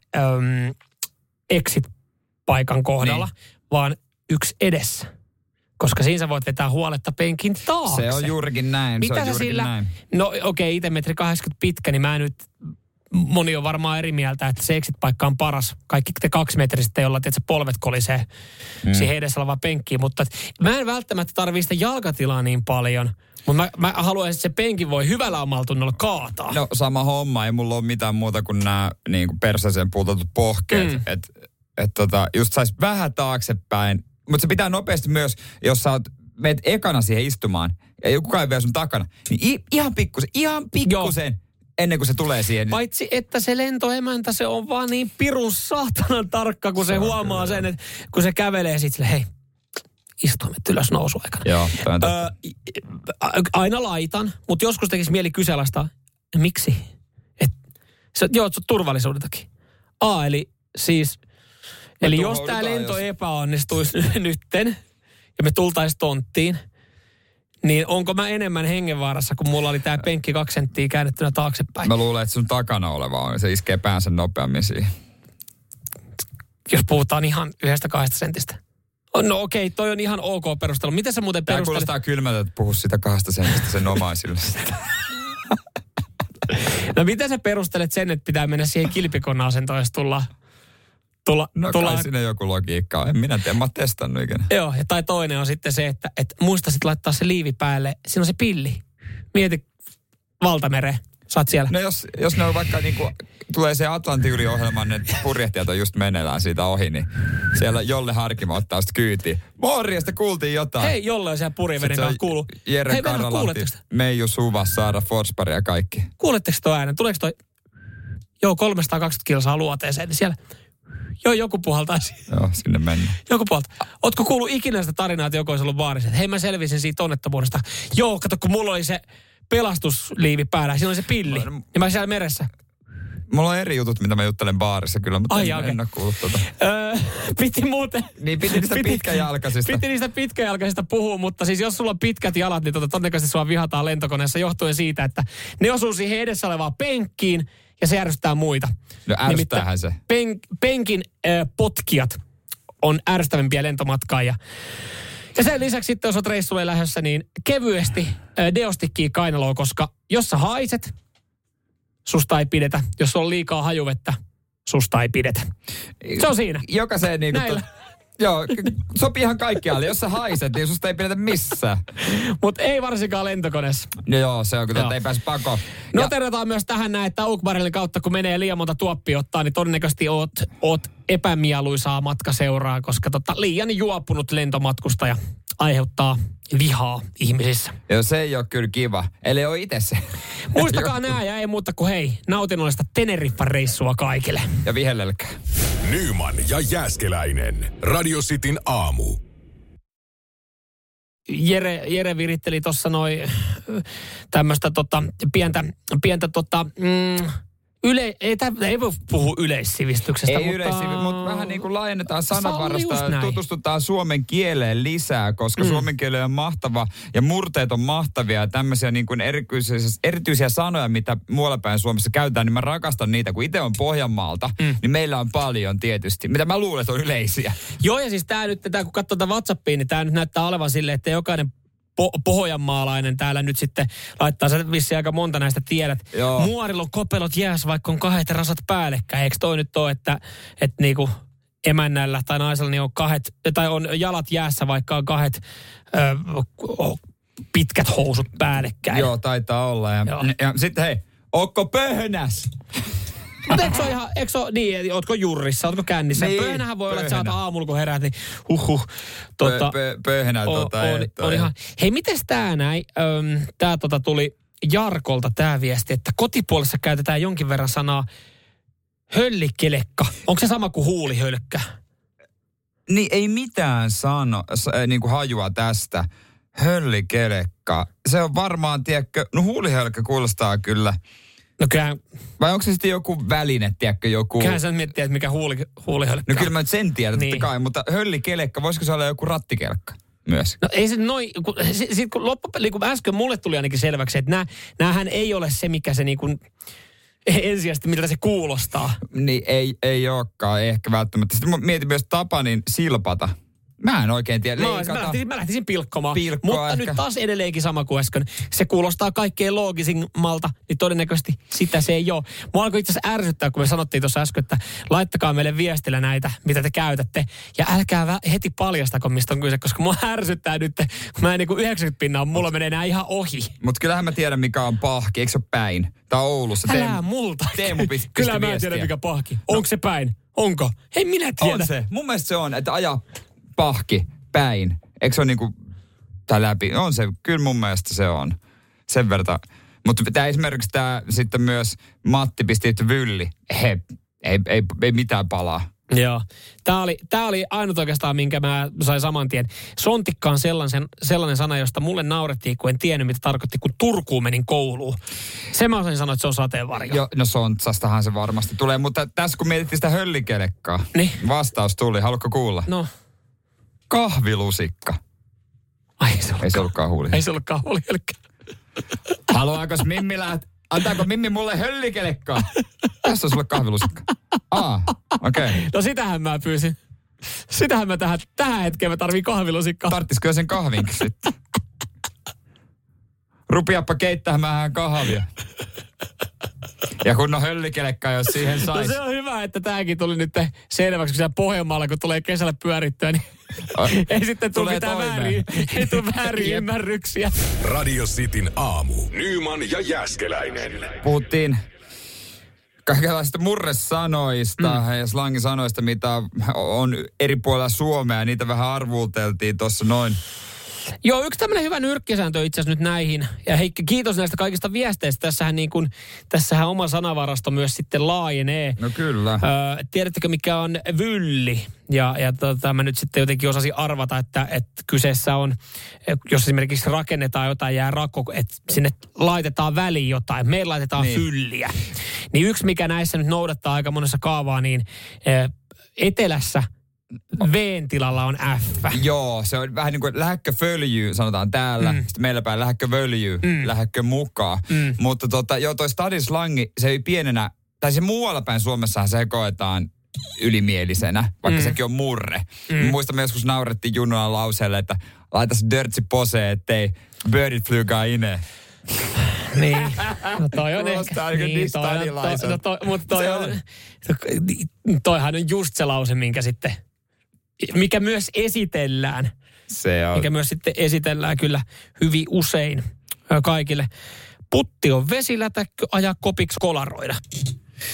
exit-paikan kohdalla, vaan yksi edessä. Koska siinä sä voit vetää huoletta penkin taakse. Se on juurikin näin. Mitä sä sillä? Näin. No okei, itse 1,80 m pitkä, niin mä nyt... Moni on varmaan eri mieltä, että se exit-paikka on paras. Kaikki te 2 metristä, jolla tiedät, polvet kolisee siihen edessä olevaan penkkiin. Mutta mä en välttämättä tarvitse sitä jalkatilaa niin paljon. Mutta mä haluaisin, että se penkin voi hyvällä omalla tunnolla kaataa. No sama homma. Ei mulla ole mitään muuta kuin nämä niin perseeseen puutatut pohkeet. Just sais vähän taaksepäin. Mutta se pitää nopeasti myös, jos sä meet ekana siihen istumaan ja joku ei vielä sun takana, niin ihan pikkusen. Ennen kuin se tulee siihen. Paitsi, että se lentoemäntä, se on vaan niin pirun saatanan tarkka, kun se huomaa sen, että kun se kävelee sit sille, hei, istuimet ylös nousuaikana. Joo, aina laitan, mutta joskus tekisi mieli kyseenalaistaa, miksi? Se on turvallisuuden takia. Eli jos tämä lento epäonnistuisi nytten, ja me tultaisiin tonttiin, niin onko mä enemmän hengenvaarassa, kun mulla oli tää penkki 2 senttiä käännettynä taaksepäin? Mä luulen, että sun takana oleva on. Se iskee päänsä nopeammin siihen. Jos puhutaan ihan 1-2 sentistä. No okei, toi on ihan ok perustelu. Miten sä muuten perustelet? Tää kuulostaa kylmältä, että puhu sitä 2 sentistä sen omaisille. No miten sä perustelet sen, että pitää mennä siihen kilpikonna-asentoon, jos tullaan? Kai siinä joku logiikka on. En minä tiedä, mä oon testannut ikinä. Joo, ja tai toinen on sitten se, että muistasit laittaa se liivi päälle. Siinä on se pilli. Mieti valtamereen. Saat siellä. No jos ne on vaikka niinku, tulee se Atlantin yli-ohjelman, ne purjehtijat on just meneillään siitä ohi, niin siellä Jolle Harkimo ottaa sitä kyytiin. Morjesta, kuultiin jotain. Hei, Jolle on siellä purjeveden kanssa kuuluu. Jere Karalahti, Meiju Suva, Saara Forsberg ja kaikki. Kuuletteko toi äänen? Tuleeko toi? Joo, 320 kilsaa luoteeseen, niin siellä... Joo, joku puhaltaisi. Joo, sinne mennään. Joku puhaltaa. Ootko kuullut ikinä sitä tarinaa, että joku olisi ollut baarissa? Hei, mä selvisin siitä onnettomuudesta. Joo, kato, kun mulla oli se pelastusliivi päällä. Siinä oli se pilli. Ja mä siellä meressä. Mulla on eri jutut, mitä mä juttelen baarissa kyllä, mutta en ole kuullut tuota. Piti muuten... Niin piti niistä pitkäjalkaisista. Piti niistä pitkäjalkaisista puhua, mutta siis jos sulla on pitkät jalat, niin todennäköisesti sua vihataan lentokoneessa johtuen siitä, että ne osuu siihen edessä olevaan penkkiin ja se ärsyttää muita. No ärsyttäähän se. Penkin potkijat on ärsyttävämpiä lentomatkaajia. Ja sen lisäksi sitten, jos olet reissulle lähdössä, niin kevyesti deostikkiä kainaloon, koska jos sä haiset, susta ei pidetä. Jos on liikaa hajuvettä, susta ei pidetä. Se on siinä. Jokaiseen niin kuin... Joo, sopii ihan kaikkialle. Jos sä haiset, niin susta ei pidetä missään. Mutta ei varsinkaan lentokoneessa. No joo, se on kyllä, ei pääse pakoon. Noteerataan myös tähän näin, että Oakbarrelin kautta, kun menee liian monta tuoppia ottaa, niin todennäköisesti oot epämieluisaa matkaseuraa, koska liian juopunut lentomatkustaja aiheuttaa vihaa ihmisissä. Joo, se ei ole kyllä kiva. Eli ole itse se. Muistakaa nää ja ei muuta kuin hei, nautinnollista Teneriffa-reissua kaikille. Ja vihellelkää. Nyman ja Jääskeläinen. Radio Cityn aamu. Jere viritteli tuossa tämmöistä pientä ei voi puhua yleissivistyksestä. Mutta vähän niin kuin laajennetaan sananvarasta ja tutustutaan suomen kieleen lisää, koska suomen kieli on mahtava ja murteet on mahtavia ja tämmöisiä niin kuin erityisiä sanoja, mitä muualla päin Suomessa käytetään, niin mä rakastan niitä. Kun itse on Pohjanmaalta, niin meillä on paljon tietysti, mitä mä luulen, että on yleisiä. Joo, ja siis kun katsoo tätä WhatsAppia, niin tää nyt näyttää olevan silleen, että jokainen pohjanmaalainen täällä nyt sitten laittaa, sä vissiin aika monta näistä tiedät. Joo. Muorilla on kopelot jäässä, vaikka on 2 rasat päällekkäin. Eikö toi nyt ole, että niinku emännällä tai naisella niin on jalat jäässä, vaikka on 2 pitkät housut päällekkäin. Joo, taitaa olla. Ja sitten hei, ootko pöhnäs? Mutta eikö se ole niin, ootko jurrissa, ootko kännissä? Niin, pöhnähän voi olla, että sä oot aamulla, kun heräät, niin Pöhnä on ihan. Hei, mites tää näin? Tää tuli Jarkolta tää viesti, että kotipuolessa käytetään jonkin verran sanaa höllikelekka. Onko se sama kuin huulihölkkä? Niin ei mitään niin kuin hajua tästä. Höllikelekka. Se on varmaan, tiedätkö, huulihölkkä kuulostaa kyllä. No kyllähän... Vai onko se sitten joku väline, tiedätkö, joku... Kyllähän sä miettii, että mikä huulihölkkä. No kyllä mä nyt sen tiedän, niin. Totta kai, mutta höllikelekka, voisiko se olla joku rattikelkka myös? No ei se kun äsken mulle tuli ainakin selväksi, että näähän ei ole se, mikä se niinku... ensisijaisesti, miltä se kuulostaa. Niin ei olekaan ehkä välttämättä. Sitten mietin myös Tapanin silpata. Mä en oikein tiedä. Mä lähtisin pilkkomaan. Mutta ehkä. Nyt taas edelleenkin sama kuin äsken. Se kuulostaa kaikkein loogisimmalta, niin todennäköisesti sitä se ei ole. Mua alkoi itse asiassa ärsyttää, kun me sanottiin tuossa äsken, että laittakaa meille viestillä näitä, mitä te käytätte. Ja älkää heti paljastako, mistä on kyse, koska mua ärsyttää nyt, kun mä en 90% mulla menee nää ihan ohi. Mutta kyllähän mä tiedän, mikä on pahki. Eikö se ole päin? Tää on Oulussa. Älä multa. Teemu pisti kyllä mä en tiedä, mikä pahki. Onko se päin? Onko? Hei, minä tiedän. On se. Mun mielestä se on, että ajaa pahki, päin. Eikö se ole niinku, tai läpi? On se, kyllä mun mielestä se on. Sen verran. Mutta tämä esimerkiksi tämä sitten myös Matti pisti vylli. Ei mitään palaa. Joo. Tämä oli ainut oikeastaan, minkä mä sain saman tien. Sontikka on sellainen sana, josta mulle naurettiin, kun en tiennyt, mitä tarkoitti, kun Turkuun menin kouluun. Se mä osasin sanoa, että se on sateenvarjo. Joo, no sontsastahan se varmasti tulee, mutta tässä kun mietittiin sitä höllikelekkaa, niin vastaus tuli. Haluatko kuulla? No. Kahvilusikka. Ei se ollutkaan huulihölkkä. Ei se ollutkaan huulihölkkä. Haluaakos Mimmi antaako Mimmi mulle höllikelekkaa? Tässä on sulle kahvilusikka. Okei. Okay. No sitähän mä pyysin. Sitähän mä tähän hetkeen mä tarviin kahvilusikkaa. Tarttisiko sen kahvinkin sitten? Rupiappa keittämään kahvia. Ja kun on höllikelekkaa, jos siihen saisi. No se on hyvä, että tämäkin tuli nyt selväksi, kun siellä Pohjanmaalla, kun tulee kesällä pyörittyä, niin ei sitten tule mitään väärin ymmärryksiä. Radio Cityn aamu. Nyman ja Jääskeläinen. Puhuttiin kaikenlaisista murresanoista ja slangisanoista, mitä on eri puolilla Suomea, ja niitä vähän arvuuteltiin tuossa noin. Joo, yksi tämmöinen hyvä nyrkkisääntö itse asiassa nyt näihin. Ja Heikki, kiitos näistä kaikista viesteistä. Tässähän oma sanavarasto myös sitten laajenee. No kyllä. Tiedättekö, mikä on vylli? Ja mä nyt sitten jotenkin osasin arvata, että kyseessä on, jos esimerkiksi rakennetaan jotain, jää rakko, että sinne laitetaan väliin jotain. Meillä laitetaan fylliä. Niin yksi, mikä näissä nyt noudattaa aika monessa kaavaa, niin etelässä V:n tilalla on F. Joo, se on vähän niin kuin lähdekö följyy, sanotaan täällä. Sitten meillä päin lähdekö völjyy, lähdekö mukaan. Mutta toi stadin slangi, se ei pienenä, tai se muualla päin Suomessahan se koetaan ylimielisenä, vaikka sekin on murre. Muistamme joskus naurettiin junnunan lauseelle, että laitas dörtsi posee, ettei birdit flygaa ineen. Niin. No toi on ehkä. Niin, mutta toihan on just se lause, mikä myös esitellään. Se on. Mikä myös sitten esitellään kyllä hyvin usein kaikille. Putti on vesilätäkkö, ajaa kopiksi kolaroida.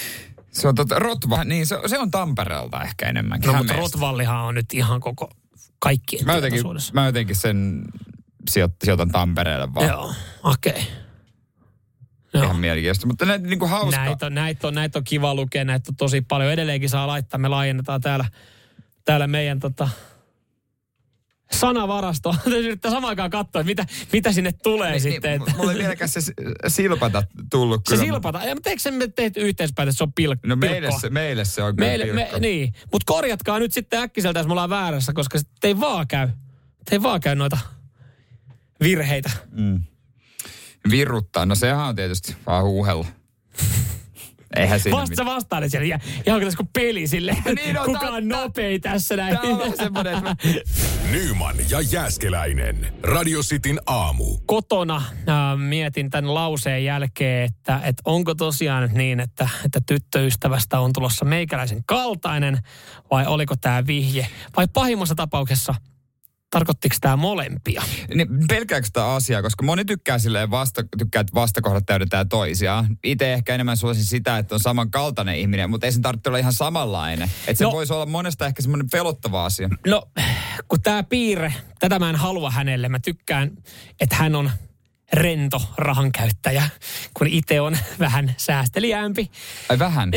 Se on Rotva, niin se on Tampereelta ehkä enemmänkin. No mutta Rotvallihan on nyt ihan koko kaikkien tietoisuudessa. Mä jotenkin sen sijoitan Tampereelle vaan. Joo, okei. Ihan mielenkiintoista, mutta näitä niin kuin hauska. Näitä on kiva lukea, näitä on tosi paljon. Edelleenkin saa laittaa, me laajennetaan täällä meidän sanavarasto. Yrittää samaan aikaan katsoa, mitä sinne tulee sitten. Niin, mulla ei vieläkään se silpata tullut. Se silpata. Mutta eikö me tehty yhteispäätä, että se on pilkko? No meille se on kyllä pilkko. Niin, mutta korjatkaa nyt sitten äkkiseltä, jos me ollaan väärässä, koska te ei vaan käy noita virheitä. Viruttaa, no sehän on tietysti vaan huuhella. Eihän siinä Vasta vastaan siellä. Ihan kuin peli silleen. Niin, kuka on nopei tässä näin. Tämä on semmoinen. Nyman ja Jääskeläinen. Radio Cityn aamu. Kotona mietin tämän lauseen jälkeen, että onko tosiaan nyt niin, että tyttöystävästä on tulossa meikäläisen kaltainen, vai oliko tämä vihje? Vai pahimmassa tapauksessa tarkoittiko tämä molempia? Niin, pelkääkö tämä asiaa? Koska moni tykkää silleen että vastakohdat täydetään toisiaan. Itse ehkä enemmän suosin sitä, että on samankaltainen ihminen, mutta ei sen tarvitse olla ihan samanlainen. Että se voisi olla monesta ehkä semmoinen pelottava asia. No, kun tämä piirre, tätä mä en halua hänelle. Mä tykkään, että hän on rento rahankäyttäjä, kun itse on vähän säästeliäämpi. Ai vähän?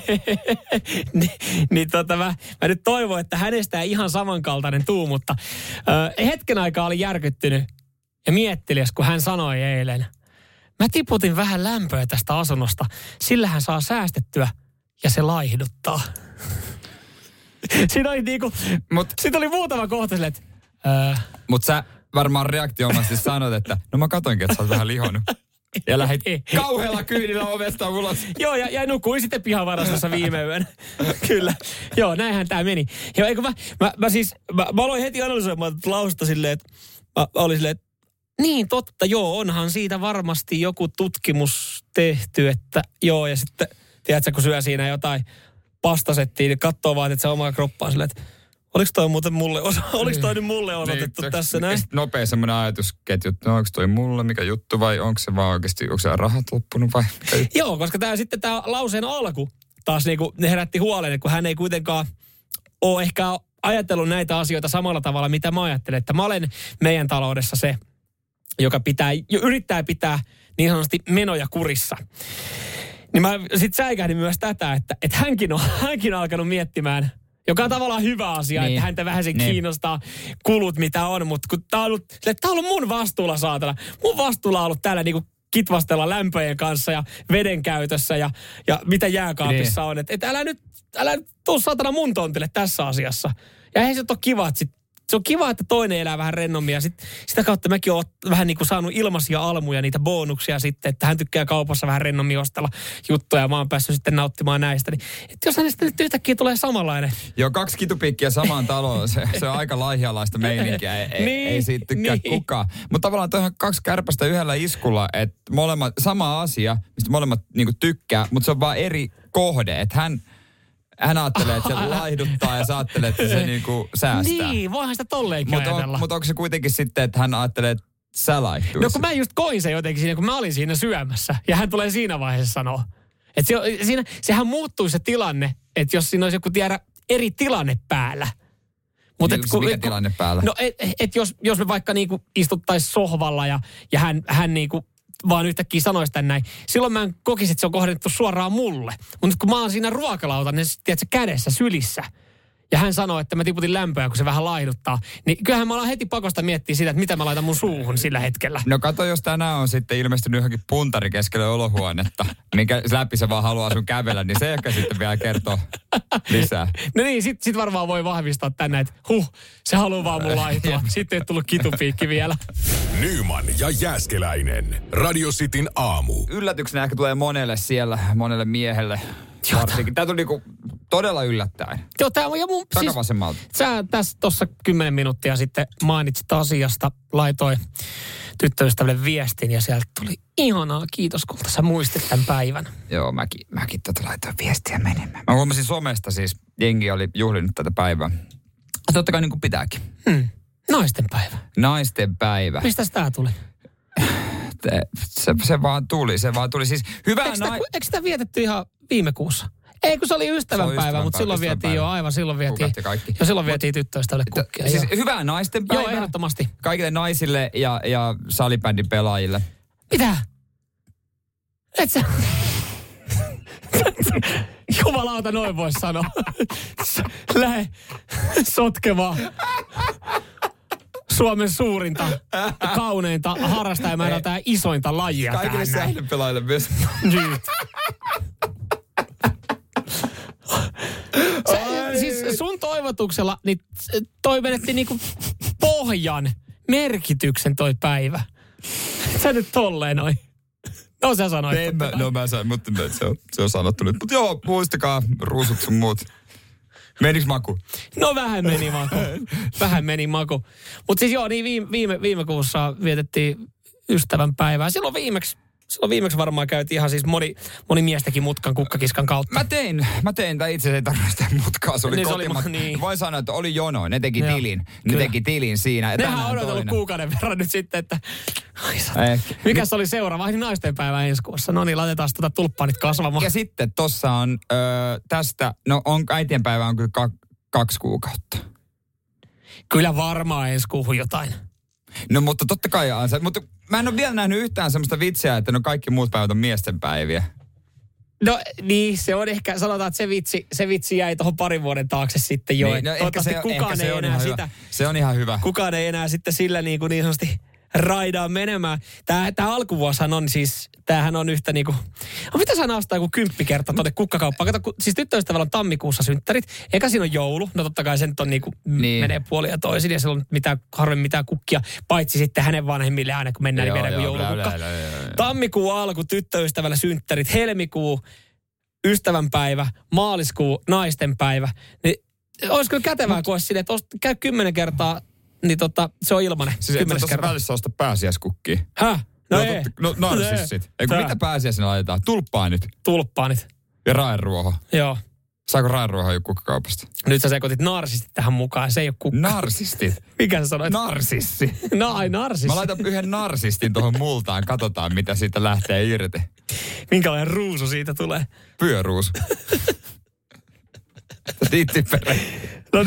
Mä nyt toivon, että hänestä ei ihan samankaltainen tuu, mutta hetken aikaa oli järkyttynyt ja mietteliäs, kun hän sanoi eilen. Mä tiputin vähän lämpöä tästä asunnosta, sillä hän saa säästettyä ja se laihduttaa. Siinä oli siitä oli muutama kohta silleen, että Mutta sä varmaan reaktioomasti sanot, että no mä katoinkin, että sä oot vähän lihonnut. Ja lähdit kauhealla kyydillä ovesta ulos. Joo, ja nukuin sitten pihavarastossa viime yön. Kyllä. Joo, näinhän tää meni. Joo, eikö mä aloin heti analysoimaan lausta silleen, että mä olin silleen, että niin totta, joo, onhan siitä varmasti joku tutkimus tehty, että joo, ja sitten, tiedätkö, kun syö siinä jotain pastasettia, niin katsoo vaan, että se omaa kroppaa silleen, että oliko toi muuten mulle, oliko toi nyt mulle osoitettu niin, tässä näin? Nopea semmoinen ajatusketju, että no onko toi mulle, mikä juttu vai onko se vaan oikeasti, onko se rahat loppunut vai? Joo, koska tää lauseen alku taas niinku, ne herätti huolen, kun hän ei kuitenkaan ole ehkä ajatellut näitä asioita samalla tavalla, mitä mä ajattelen. Että mä olen meidän taloudessa se, joka yrittää pitää niin sanotusti menoja kurissa. Niin mä sit säikähdin myös tätä, että hänkin on alkanut miettimään, joka on tavallaan hyvä asia, niin, että häntä vähän sen kiinnostaa kulut, mitä on. Mutta kun tää on ollut mun vastuulla, saatana. Mun vastuulla on ollut täällä niinku kitvastella lämpöjen kanssa ja veden käytössä ja mitä jääkaapissa on. Että älä nyt tuu saatana mun tontille tässä asiassa. Ja eihän se ole kiva, että se on kiva, että toinen elää vähän rennommin ja sitä kautta mäkin oon vähän niin kuin saanut ilmaisia almuja, niitä bonuksia sitten, että hän tykkää kaupassa vähän rennommin ostella juttuja ja mä oon päässyt sitten nauttimaan näistä. Niin, että jos hänestä nyt yhtäkkiä tulee samanlainen. Joo, 2 kitupiikkiä samaan taloon, se on aika laihialaista meininkiä, ei siitä tykkää kukaan. Mutta tavallaan toihan 2 kärpästä yhdellä iskulla, että molemmat, sama asia, mistä molemmat niinku tykkää, mutta se on vaan eri kohde, että hän ajattelee, että se laihduttaa ja sä ajattelet, että se niinku säästää. Niin, voihan sitä tolleenkin ajatella. Mutta onko se kuitenkin sitten, että hän ajattelee, että sä laihtuisit? No kun mä just koin sen jotenkin siinä, kun mä olin siinä syömässä. Ja hän tulee siinä vaiheessa sanoa. Että sehän muuttuu se tilanne, että jos siinä olisi joku eri tilanne päällä. Mikä tilanne päällä? No jos me vaikka niinku istuttaisiin sohvalla ja hän niinku vaan yhtäkkiä sanoisi tän näin. Silloin mä en kokisi, että se on kohdennettu suoraan mulle. Mutta kun mä oon siinä ruokalautan, niin tiedätkö, kädessä, sylissä. Ja hän sanoo, että mä tiputin lämpöä, kun se vähän laihduttaa. Niin kyllähän mä alan heti pakosta miettiä sitä, että mitä mä laitan mun suuhun sillä hetkellä. No kato, jos tänään on sitten ilmestynyt johonkin puntari keskelle olohuonetta, minkä läpi se vaan haluaa sun kävellä, niin se ehkä sitten vielä kertoo lisää. No niin, sit varmaan voi vahvistaa tänne, että se haluaa vaan mun laihtua. Sitten ei tullut kitupiikki vielä. Nyman ja Jääskeläinen. Radio Cityn aamu. Yllätyksenä ehkä tulee monelle miehelle. Varsinkin. Tämä tuli niinku todella yllättäen. Joo, tämä on ja mun takavasemmalta. Sä tässä tuossa 10 minuuttia sitten mainitsit asiasta, laitoin tyttöystävälle viestin ja sieltä tuli ihanaa, kiitos kun sä muistit tämän päivän. Joo, mäkin laitoin viestiä menemään. Mä huomasin somesta siis, jengi oli juhlinut tätä päivää. Totta kai niin kuin pitääkin. Naisten päivä. Naisten päivä. Mistä tää tuli? Se vaan tuli. Siis hyvää Eikö sitä vietetty ihan viime kuussa? Ei, kun se oli ystävänpäivä, mutta silloin vietiin jo aivan, silloin vietiin tyttöystävälle kukkia. Siis hyvää naistenpäivää. Joo, ehdottomasti. Kaikille naisille ja salibändin pelaajille. Mitä? Et sä... Jumalauta, noin vois sanoa. Lähe sotkemaan Suomen suurinta, kauneinta, harrastajamäärältä ja isointa lajia. Kaikille sählypelaajille myös. Nyt. Siis sun toivotuksella niin toi menetti niinku pohjan merkityksen toi päivä. Sä nyt tolleen noin. No sä sanoit. Mä sanoin, mutta se on sanottu nyt. Mutta joo, muistakaa ruusut sun muut. Menikö maku? No vähän meni maku. Mutta siis joo, niin viime kuussa vietettiin ystävänpäivää. Silloin viimeksi varmaan käytiin ihan siis moni miestäkin mutkan kukkakiskan kautta. Mä tein, tai itse asiassa ei tarvitse mutkaa, se oli niin kotimat. Niin. Voin sanoa, että oli jono, ne teki tilin. Ne teki tilin siinä. Nehän on odotellut kuukauden verran nyt sitten, että mikäs oli seuraava? Naisten päivä ensi kuussa. No niin, laitetaan sitä tulppaanit kasvamaan. Ja sitten tossa on tästä, äitienpäivä on kyllä 2 kuukautta. Kyllä varmaan ensi kuuhun jotain. No mutta totta kai mutta mä en ole vielä nähnyt yhtään semmoista vitsiä, että kaikki muut päivät on miesten päiviä. No niin, se on ehkä, sanotaan, että se vitsi jäi tuohon 2 vuoden taakse sitten jo. Niin, no, kukaan ei enää sitä. Se on ihan hyvä. Kukaan ei enää sitten sillä niin sanotusti raidaa menemään. Tämä alkuvuosihan on siis, tämähän on yhtä niinku, mitä sä ostaa joku 10 kertaa tuonne kukkakauppaan? Kato, siis tyttöystävällä on tammikuussa synttärit. Eka siinä on joulu. No totta kai se nyt on niinku, menee puolin ja toisin. Ja siellä on harvemmin mitään kukkia. Paitsi sitten hänen vanhemmille aina, kun mennään, niin viedään kuin joulukukka. Tammikuu alku, tyttöystävällä synttärit. Helmikuu, ystävänpäivä. Maaliskuu, naistenpäivä. Niin olisiko kätevää, kun olisi silleen, että käy 10 kertaa, niin se on ilmanen. Siis et sä tuossa välissä osta pääsiäiskukkia. Häh? No ei. Narsissit. Eikö mitä pääsiäisenä laitetaan? Tulppaanit. Ja raeruoho. Joo. Saako raeruoho jo kukkakaupasta? Nyt sä sekoitit narsistit tähän mukaan. Se ei ole kukka. Narsistit? Mikä sä sanoit? Narsissi. Narsissi. Mä laitan yhden narsistin tuohon multaan. Katsotaan, mitä siitä lähtee irti. Minkälainen ruusu siitä tulee? Pyöruusu. No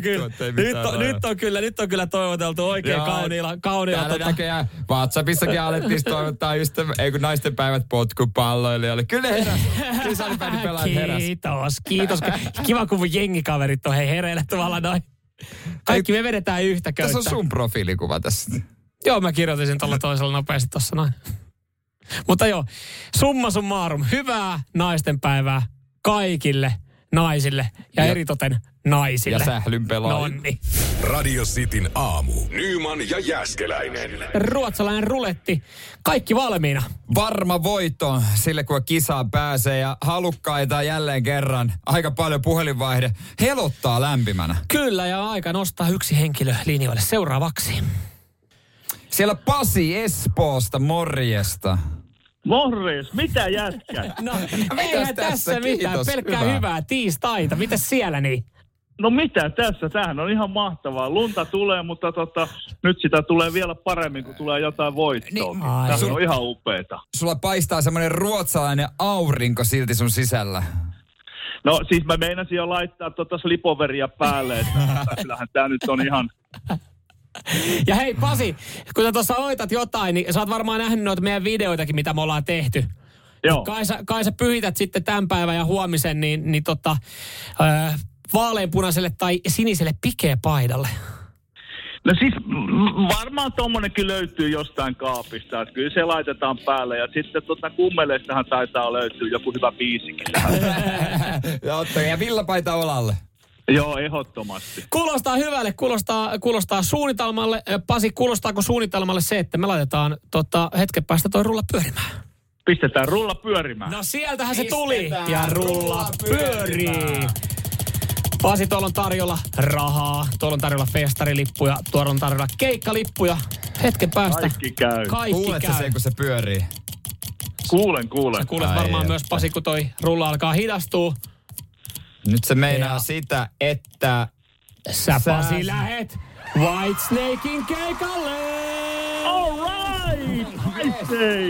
nyt on kyllä toivoteltu oikein kauniilla. Täällä näköjään WhatsAppissakin alettiin toivottaa naisten päivät potkupalloilijoille. Kyllä heräs. Kyllä salibändin pelaajat heräs. Kiitos. Kiva, kun mun jengikaverit on hereillä tavalla noin. Kaikki me vedetään yhtä köyttä. Tässä on sun profiilikuva tässä. Joo, mä kirjoitin sen tuolla toisella nopeasti tossa noin. Mutta joo, summa summarum. Hyvää naistenpäivää kaikille naisille ja eritoten naisille. Ja sählynpelaajille. Nonni. Radio Cityn aamu. Nyman ja Jääskeläinen. Ruotsalainen ruletti. Kaikki valmiina. Varma voitto sille, kun kisaan pääsee ja halukkaita jälleen kerran. Aika paljon puhelinvaihde. Helottaa lämpimänä. Kyllä, ja aika nostaa yksi henkilö linjoille seuraavaksi. Siellä Pasi Espoosta, morjesta. Morjes, mitä jätkä? No, eihän tässä mitään, kiitos, pelkkää hyvää tiistaita. Mitäs siellä niin? No mitä tässä, tämähän on ihan mahtavaa. Lunta tulee, mutta nyt sitä tulee vielä paremmin, kun tulee jotain voittoa. Tämä on ihan upeeta. Sulla paistaa semmoinen ruotsalainen aurinko silti sun sisällä. No siis mä meinasin jo laittaa slipoveria päälle, että kyllähän tämä nyt on ihan... Ja hei Pasi, kun sä tuossa oitat jotain, niin sä oot varmaan nähnyt noita meidän videoitakin, mitä me ollaan tehty. Joo. Kai sä pyhität sitten tämän päivän ja huomisen vaaleanpunaiselle tai siniselle pikeepaidalle. No siis varmaan tommonenkin löytyy jostain kaapista, että kyllä se laitetaan päälle ja sitten kummeleistähän taitaa löytyä joku hyvä biisikin. Ja villapaita olalle. Joo, ehdottomasti. Kuulostaa hyvälle, kuulostaa suunnitelmalle. Pasi, kuulostaako suunnitelmalle se, että me laitetaan hetken päästä toi rulla pyörimään? Pistetään rulla pyörimään. No sieltähän se tuli. Ja rulla pyörii. Pasi, tuolla on tarjolla rahaa, tuolla on tarjolla festarilippuja, tuolla on tarjolla keikkalippuja. Hetken päästä. Kaikki käy. Kuuletko se, kun se pyörii? Kuulen. Sä kuulet varmaan myös, Pasi, kun toi rulla alkaa hidastua. Nyt se meinaa sitä, että... Sä Pasi lähet Whitesnakein keikalle! All right! Whitesnake!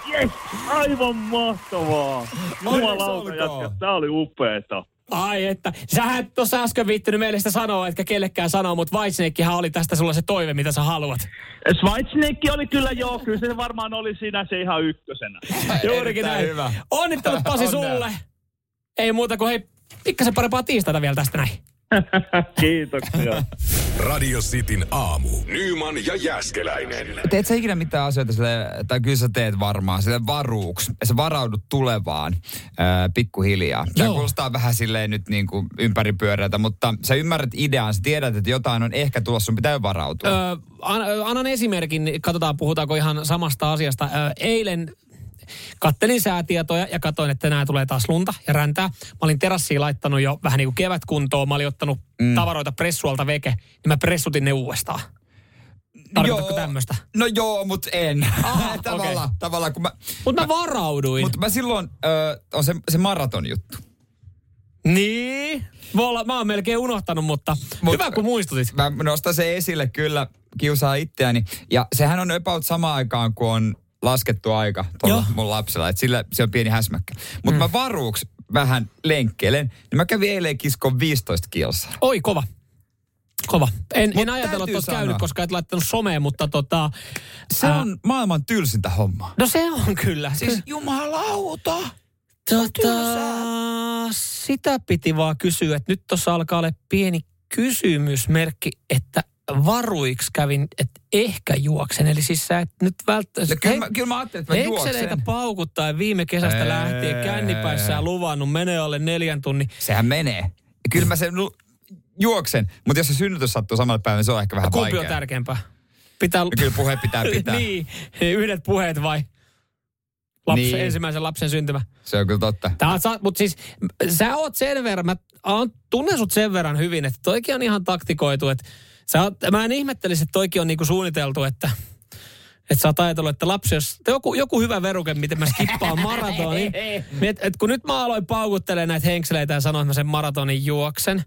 Yes, aivan mahtavaa. Jumalauta jätkä, tää oli upeeta. Ai että, sähän et tuossa äsken viittynyt meille sitä sanoa, etkä kellekään sanoa, mutta Whitesnakehan oli tästä sulla se toive, mitä sä haluat. Whitesnake oli kyllä kyllä se varmaan oli siinä se ihan ykkösenä. Juurikin näin. Hyvä. Onnittelut Pasi sulle. Ei muuta kuin hei, pikkasen parempaa tiistaita vielä tästä näin. Kiitoksia. Radio Cityn aamu. Nyman ja Jääskeläinen. Teet sä ikinä mitään asioita tai kyllä sä teet varmaan sille varuuksi. Sä varaudut tulevaan pikkuhiljaa. Tämä kuulostaa vähän silleen nyt niin kuin ympäripyöreältä, mutta sä ymmärrät idean. Sä tiedät, että jotain on ehkä tulossa, sun pitää jo varautua. Annan esimerkin, katsotaan puhutaanko ihan samasta asiasta. Eilen kattelin säätietoja ja katsoin, että tänään tulee taas lunta ja räntää. Mä olin terassiin laittanut jo vähän niin kuin kevätkuntoon. Mä olin ottanut tavaroita pressualta veke, niin mä pressutin ne uudestaan. Tarkoitatko tämmöistä? No joo, mutta en. Tavallaan kun mä... Mutta mä varauduin. Mutta mä silloin, on se maraton juttu. Niin. Mä oon melkein unohtanut, mutta hyvä kun muistutit. Mä nostan sen esille kyllä, kiusaa itseäni. Ja sehän on about samaan aikaan, kun on laskettu aika tuolla mun lapsella. Että se on pieni häsmäkkä. Mutta mä varuuks vähän lenkkeilen, niin mä kävin eilen kiskon 15 kilsaa. Oi, kova. En ajatellut, että oot käynyt, koska et laittanut someen, mutta se on maailman tylsintä hommaa. No se on kyllä. Siis jumalauta. Sitä piti vaan kysyä, että nyt tuossa alkaa olla pieni kysymysmerkki, että varuiksi kävin, että ehkä juoksen. Eli siis sä et nyt välttämättä... Kyllä mä ajattelin, että mä juoksen. Hekseleitä paukuttaa viime kesästä lähtien kännipäissään luvannut, menee alle 4 tunnin. Sehän menee. Kyllä mä sen juoksen, mutta jos se synnytys sattuu samalle päivänä, niin se on ehkä vähän vaikeaa. Kumpi on tärkeämpää? Kyllä puheet pitää. Niin, yhdet puheet vai? Ensimmäisen lapsen syntymä. Se on kyllä totta. Mutta siis sä oot sen verran, mä tunnen sut sen verran hyvin, että toikin on ihan taktikoitu, että mä en ihmettelisi, että toikin on niinku suunniteltu, että sä oot ajatellut, että lapsi, jos joku hyvä veruke, miten mä skippaan maratonin. Et kun nyt mä aloin paukuttelemaan näitä henkseleitä ja sanoin, että mä sen maratonin juoksen.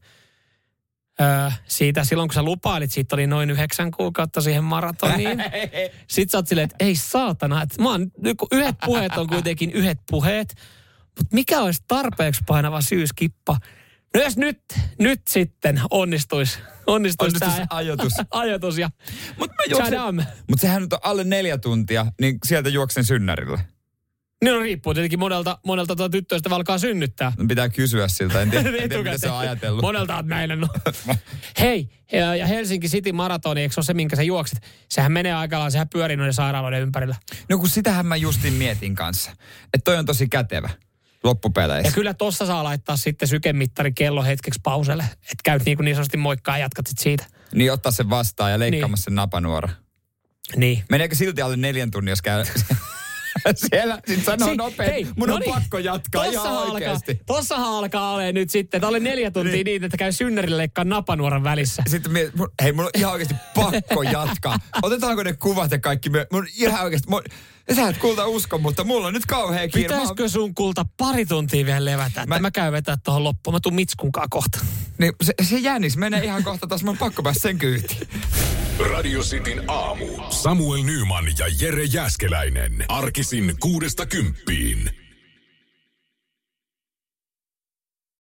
Siitä silloin, kun sä lupailit, siitä oli noin 9 kuukautta siihen maratoniin. Sitten sä oot silleen, että ei saatana, että yhdet puheet on kuitenkin yhdet puheet. Mutta mikä olisi tarpeeksi painava syyskippa? No jos nyt sitten onnistuisi tämä ajoitus ja Mutta sehän nyt on alle 4 tuntia, niin sieltä juoksen synnärille. Niin no riippuu tietenkin monelta tyttöistä alkaa synnyttää. Pitää kysyä siltä, en tiedä mitä se on ajatellut. Monelta oot mäilennut. Hei, ja Helsinki City maratoni, eikö se ole se, minkä sä juokset? Sehän menee aikallaan, sehän pyörii noiden sairaaloiden ympärillä. No kun sitähän mä justin mietin kanssa. Että toi on tosi kätevä loppupeleissä. Ja kyllä tossa saa laittaa sitten sykemittari kello hetkeksi pauselle. Että käyt niin sanotusti moikkaa ja jatkat sit siitä. Niin ottaa sen vastaan ja leikkaamassa sen napanuora. Niin. Meneekö silti alle 4 tunnin, jos käy... Siellä sit sanoo nopein. Mun on pakko jatkaa ihan oikeasti. Tossahan alkaa olemaan nyt sitten, että alle 4 tuntia niin, että käy synnärille leikkaa napanuoran välissä. Sitten mun on ihan oikeasti pakko jatkaa. Otetaanko ne kuvat ja kaikki? Mun ihan oikeasti, sä et kulta usko, mutta mulla on nyt kauhea kiire. Pitäisikö sun kulta 2 tuntia vielä levätä, että mä käyn vetää tohon loppuun. Mä tuun Mitskunkaan kohta. Niin se jännis menee ihan kohta taas, mun on pakko päästä sen kyytiin. Radio Cityn aamu. Samuel Nyman ja Jere Jääskeläinen. Arkisin 6–10.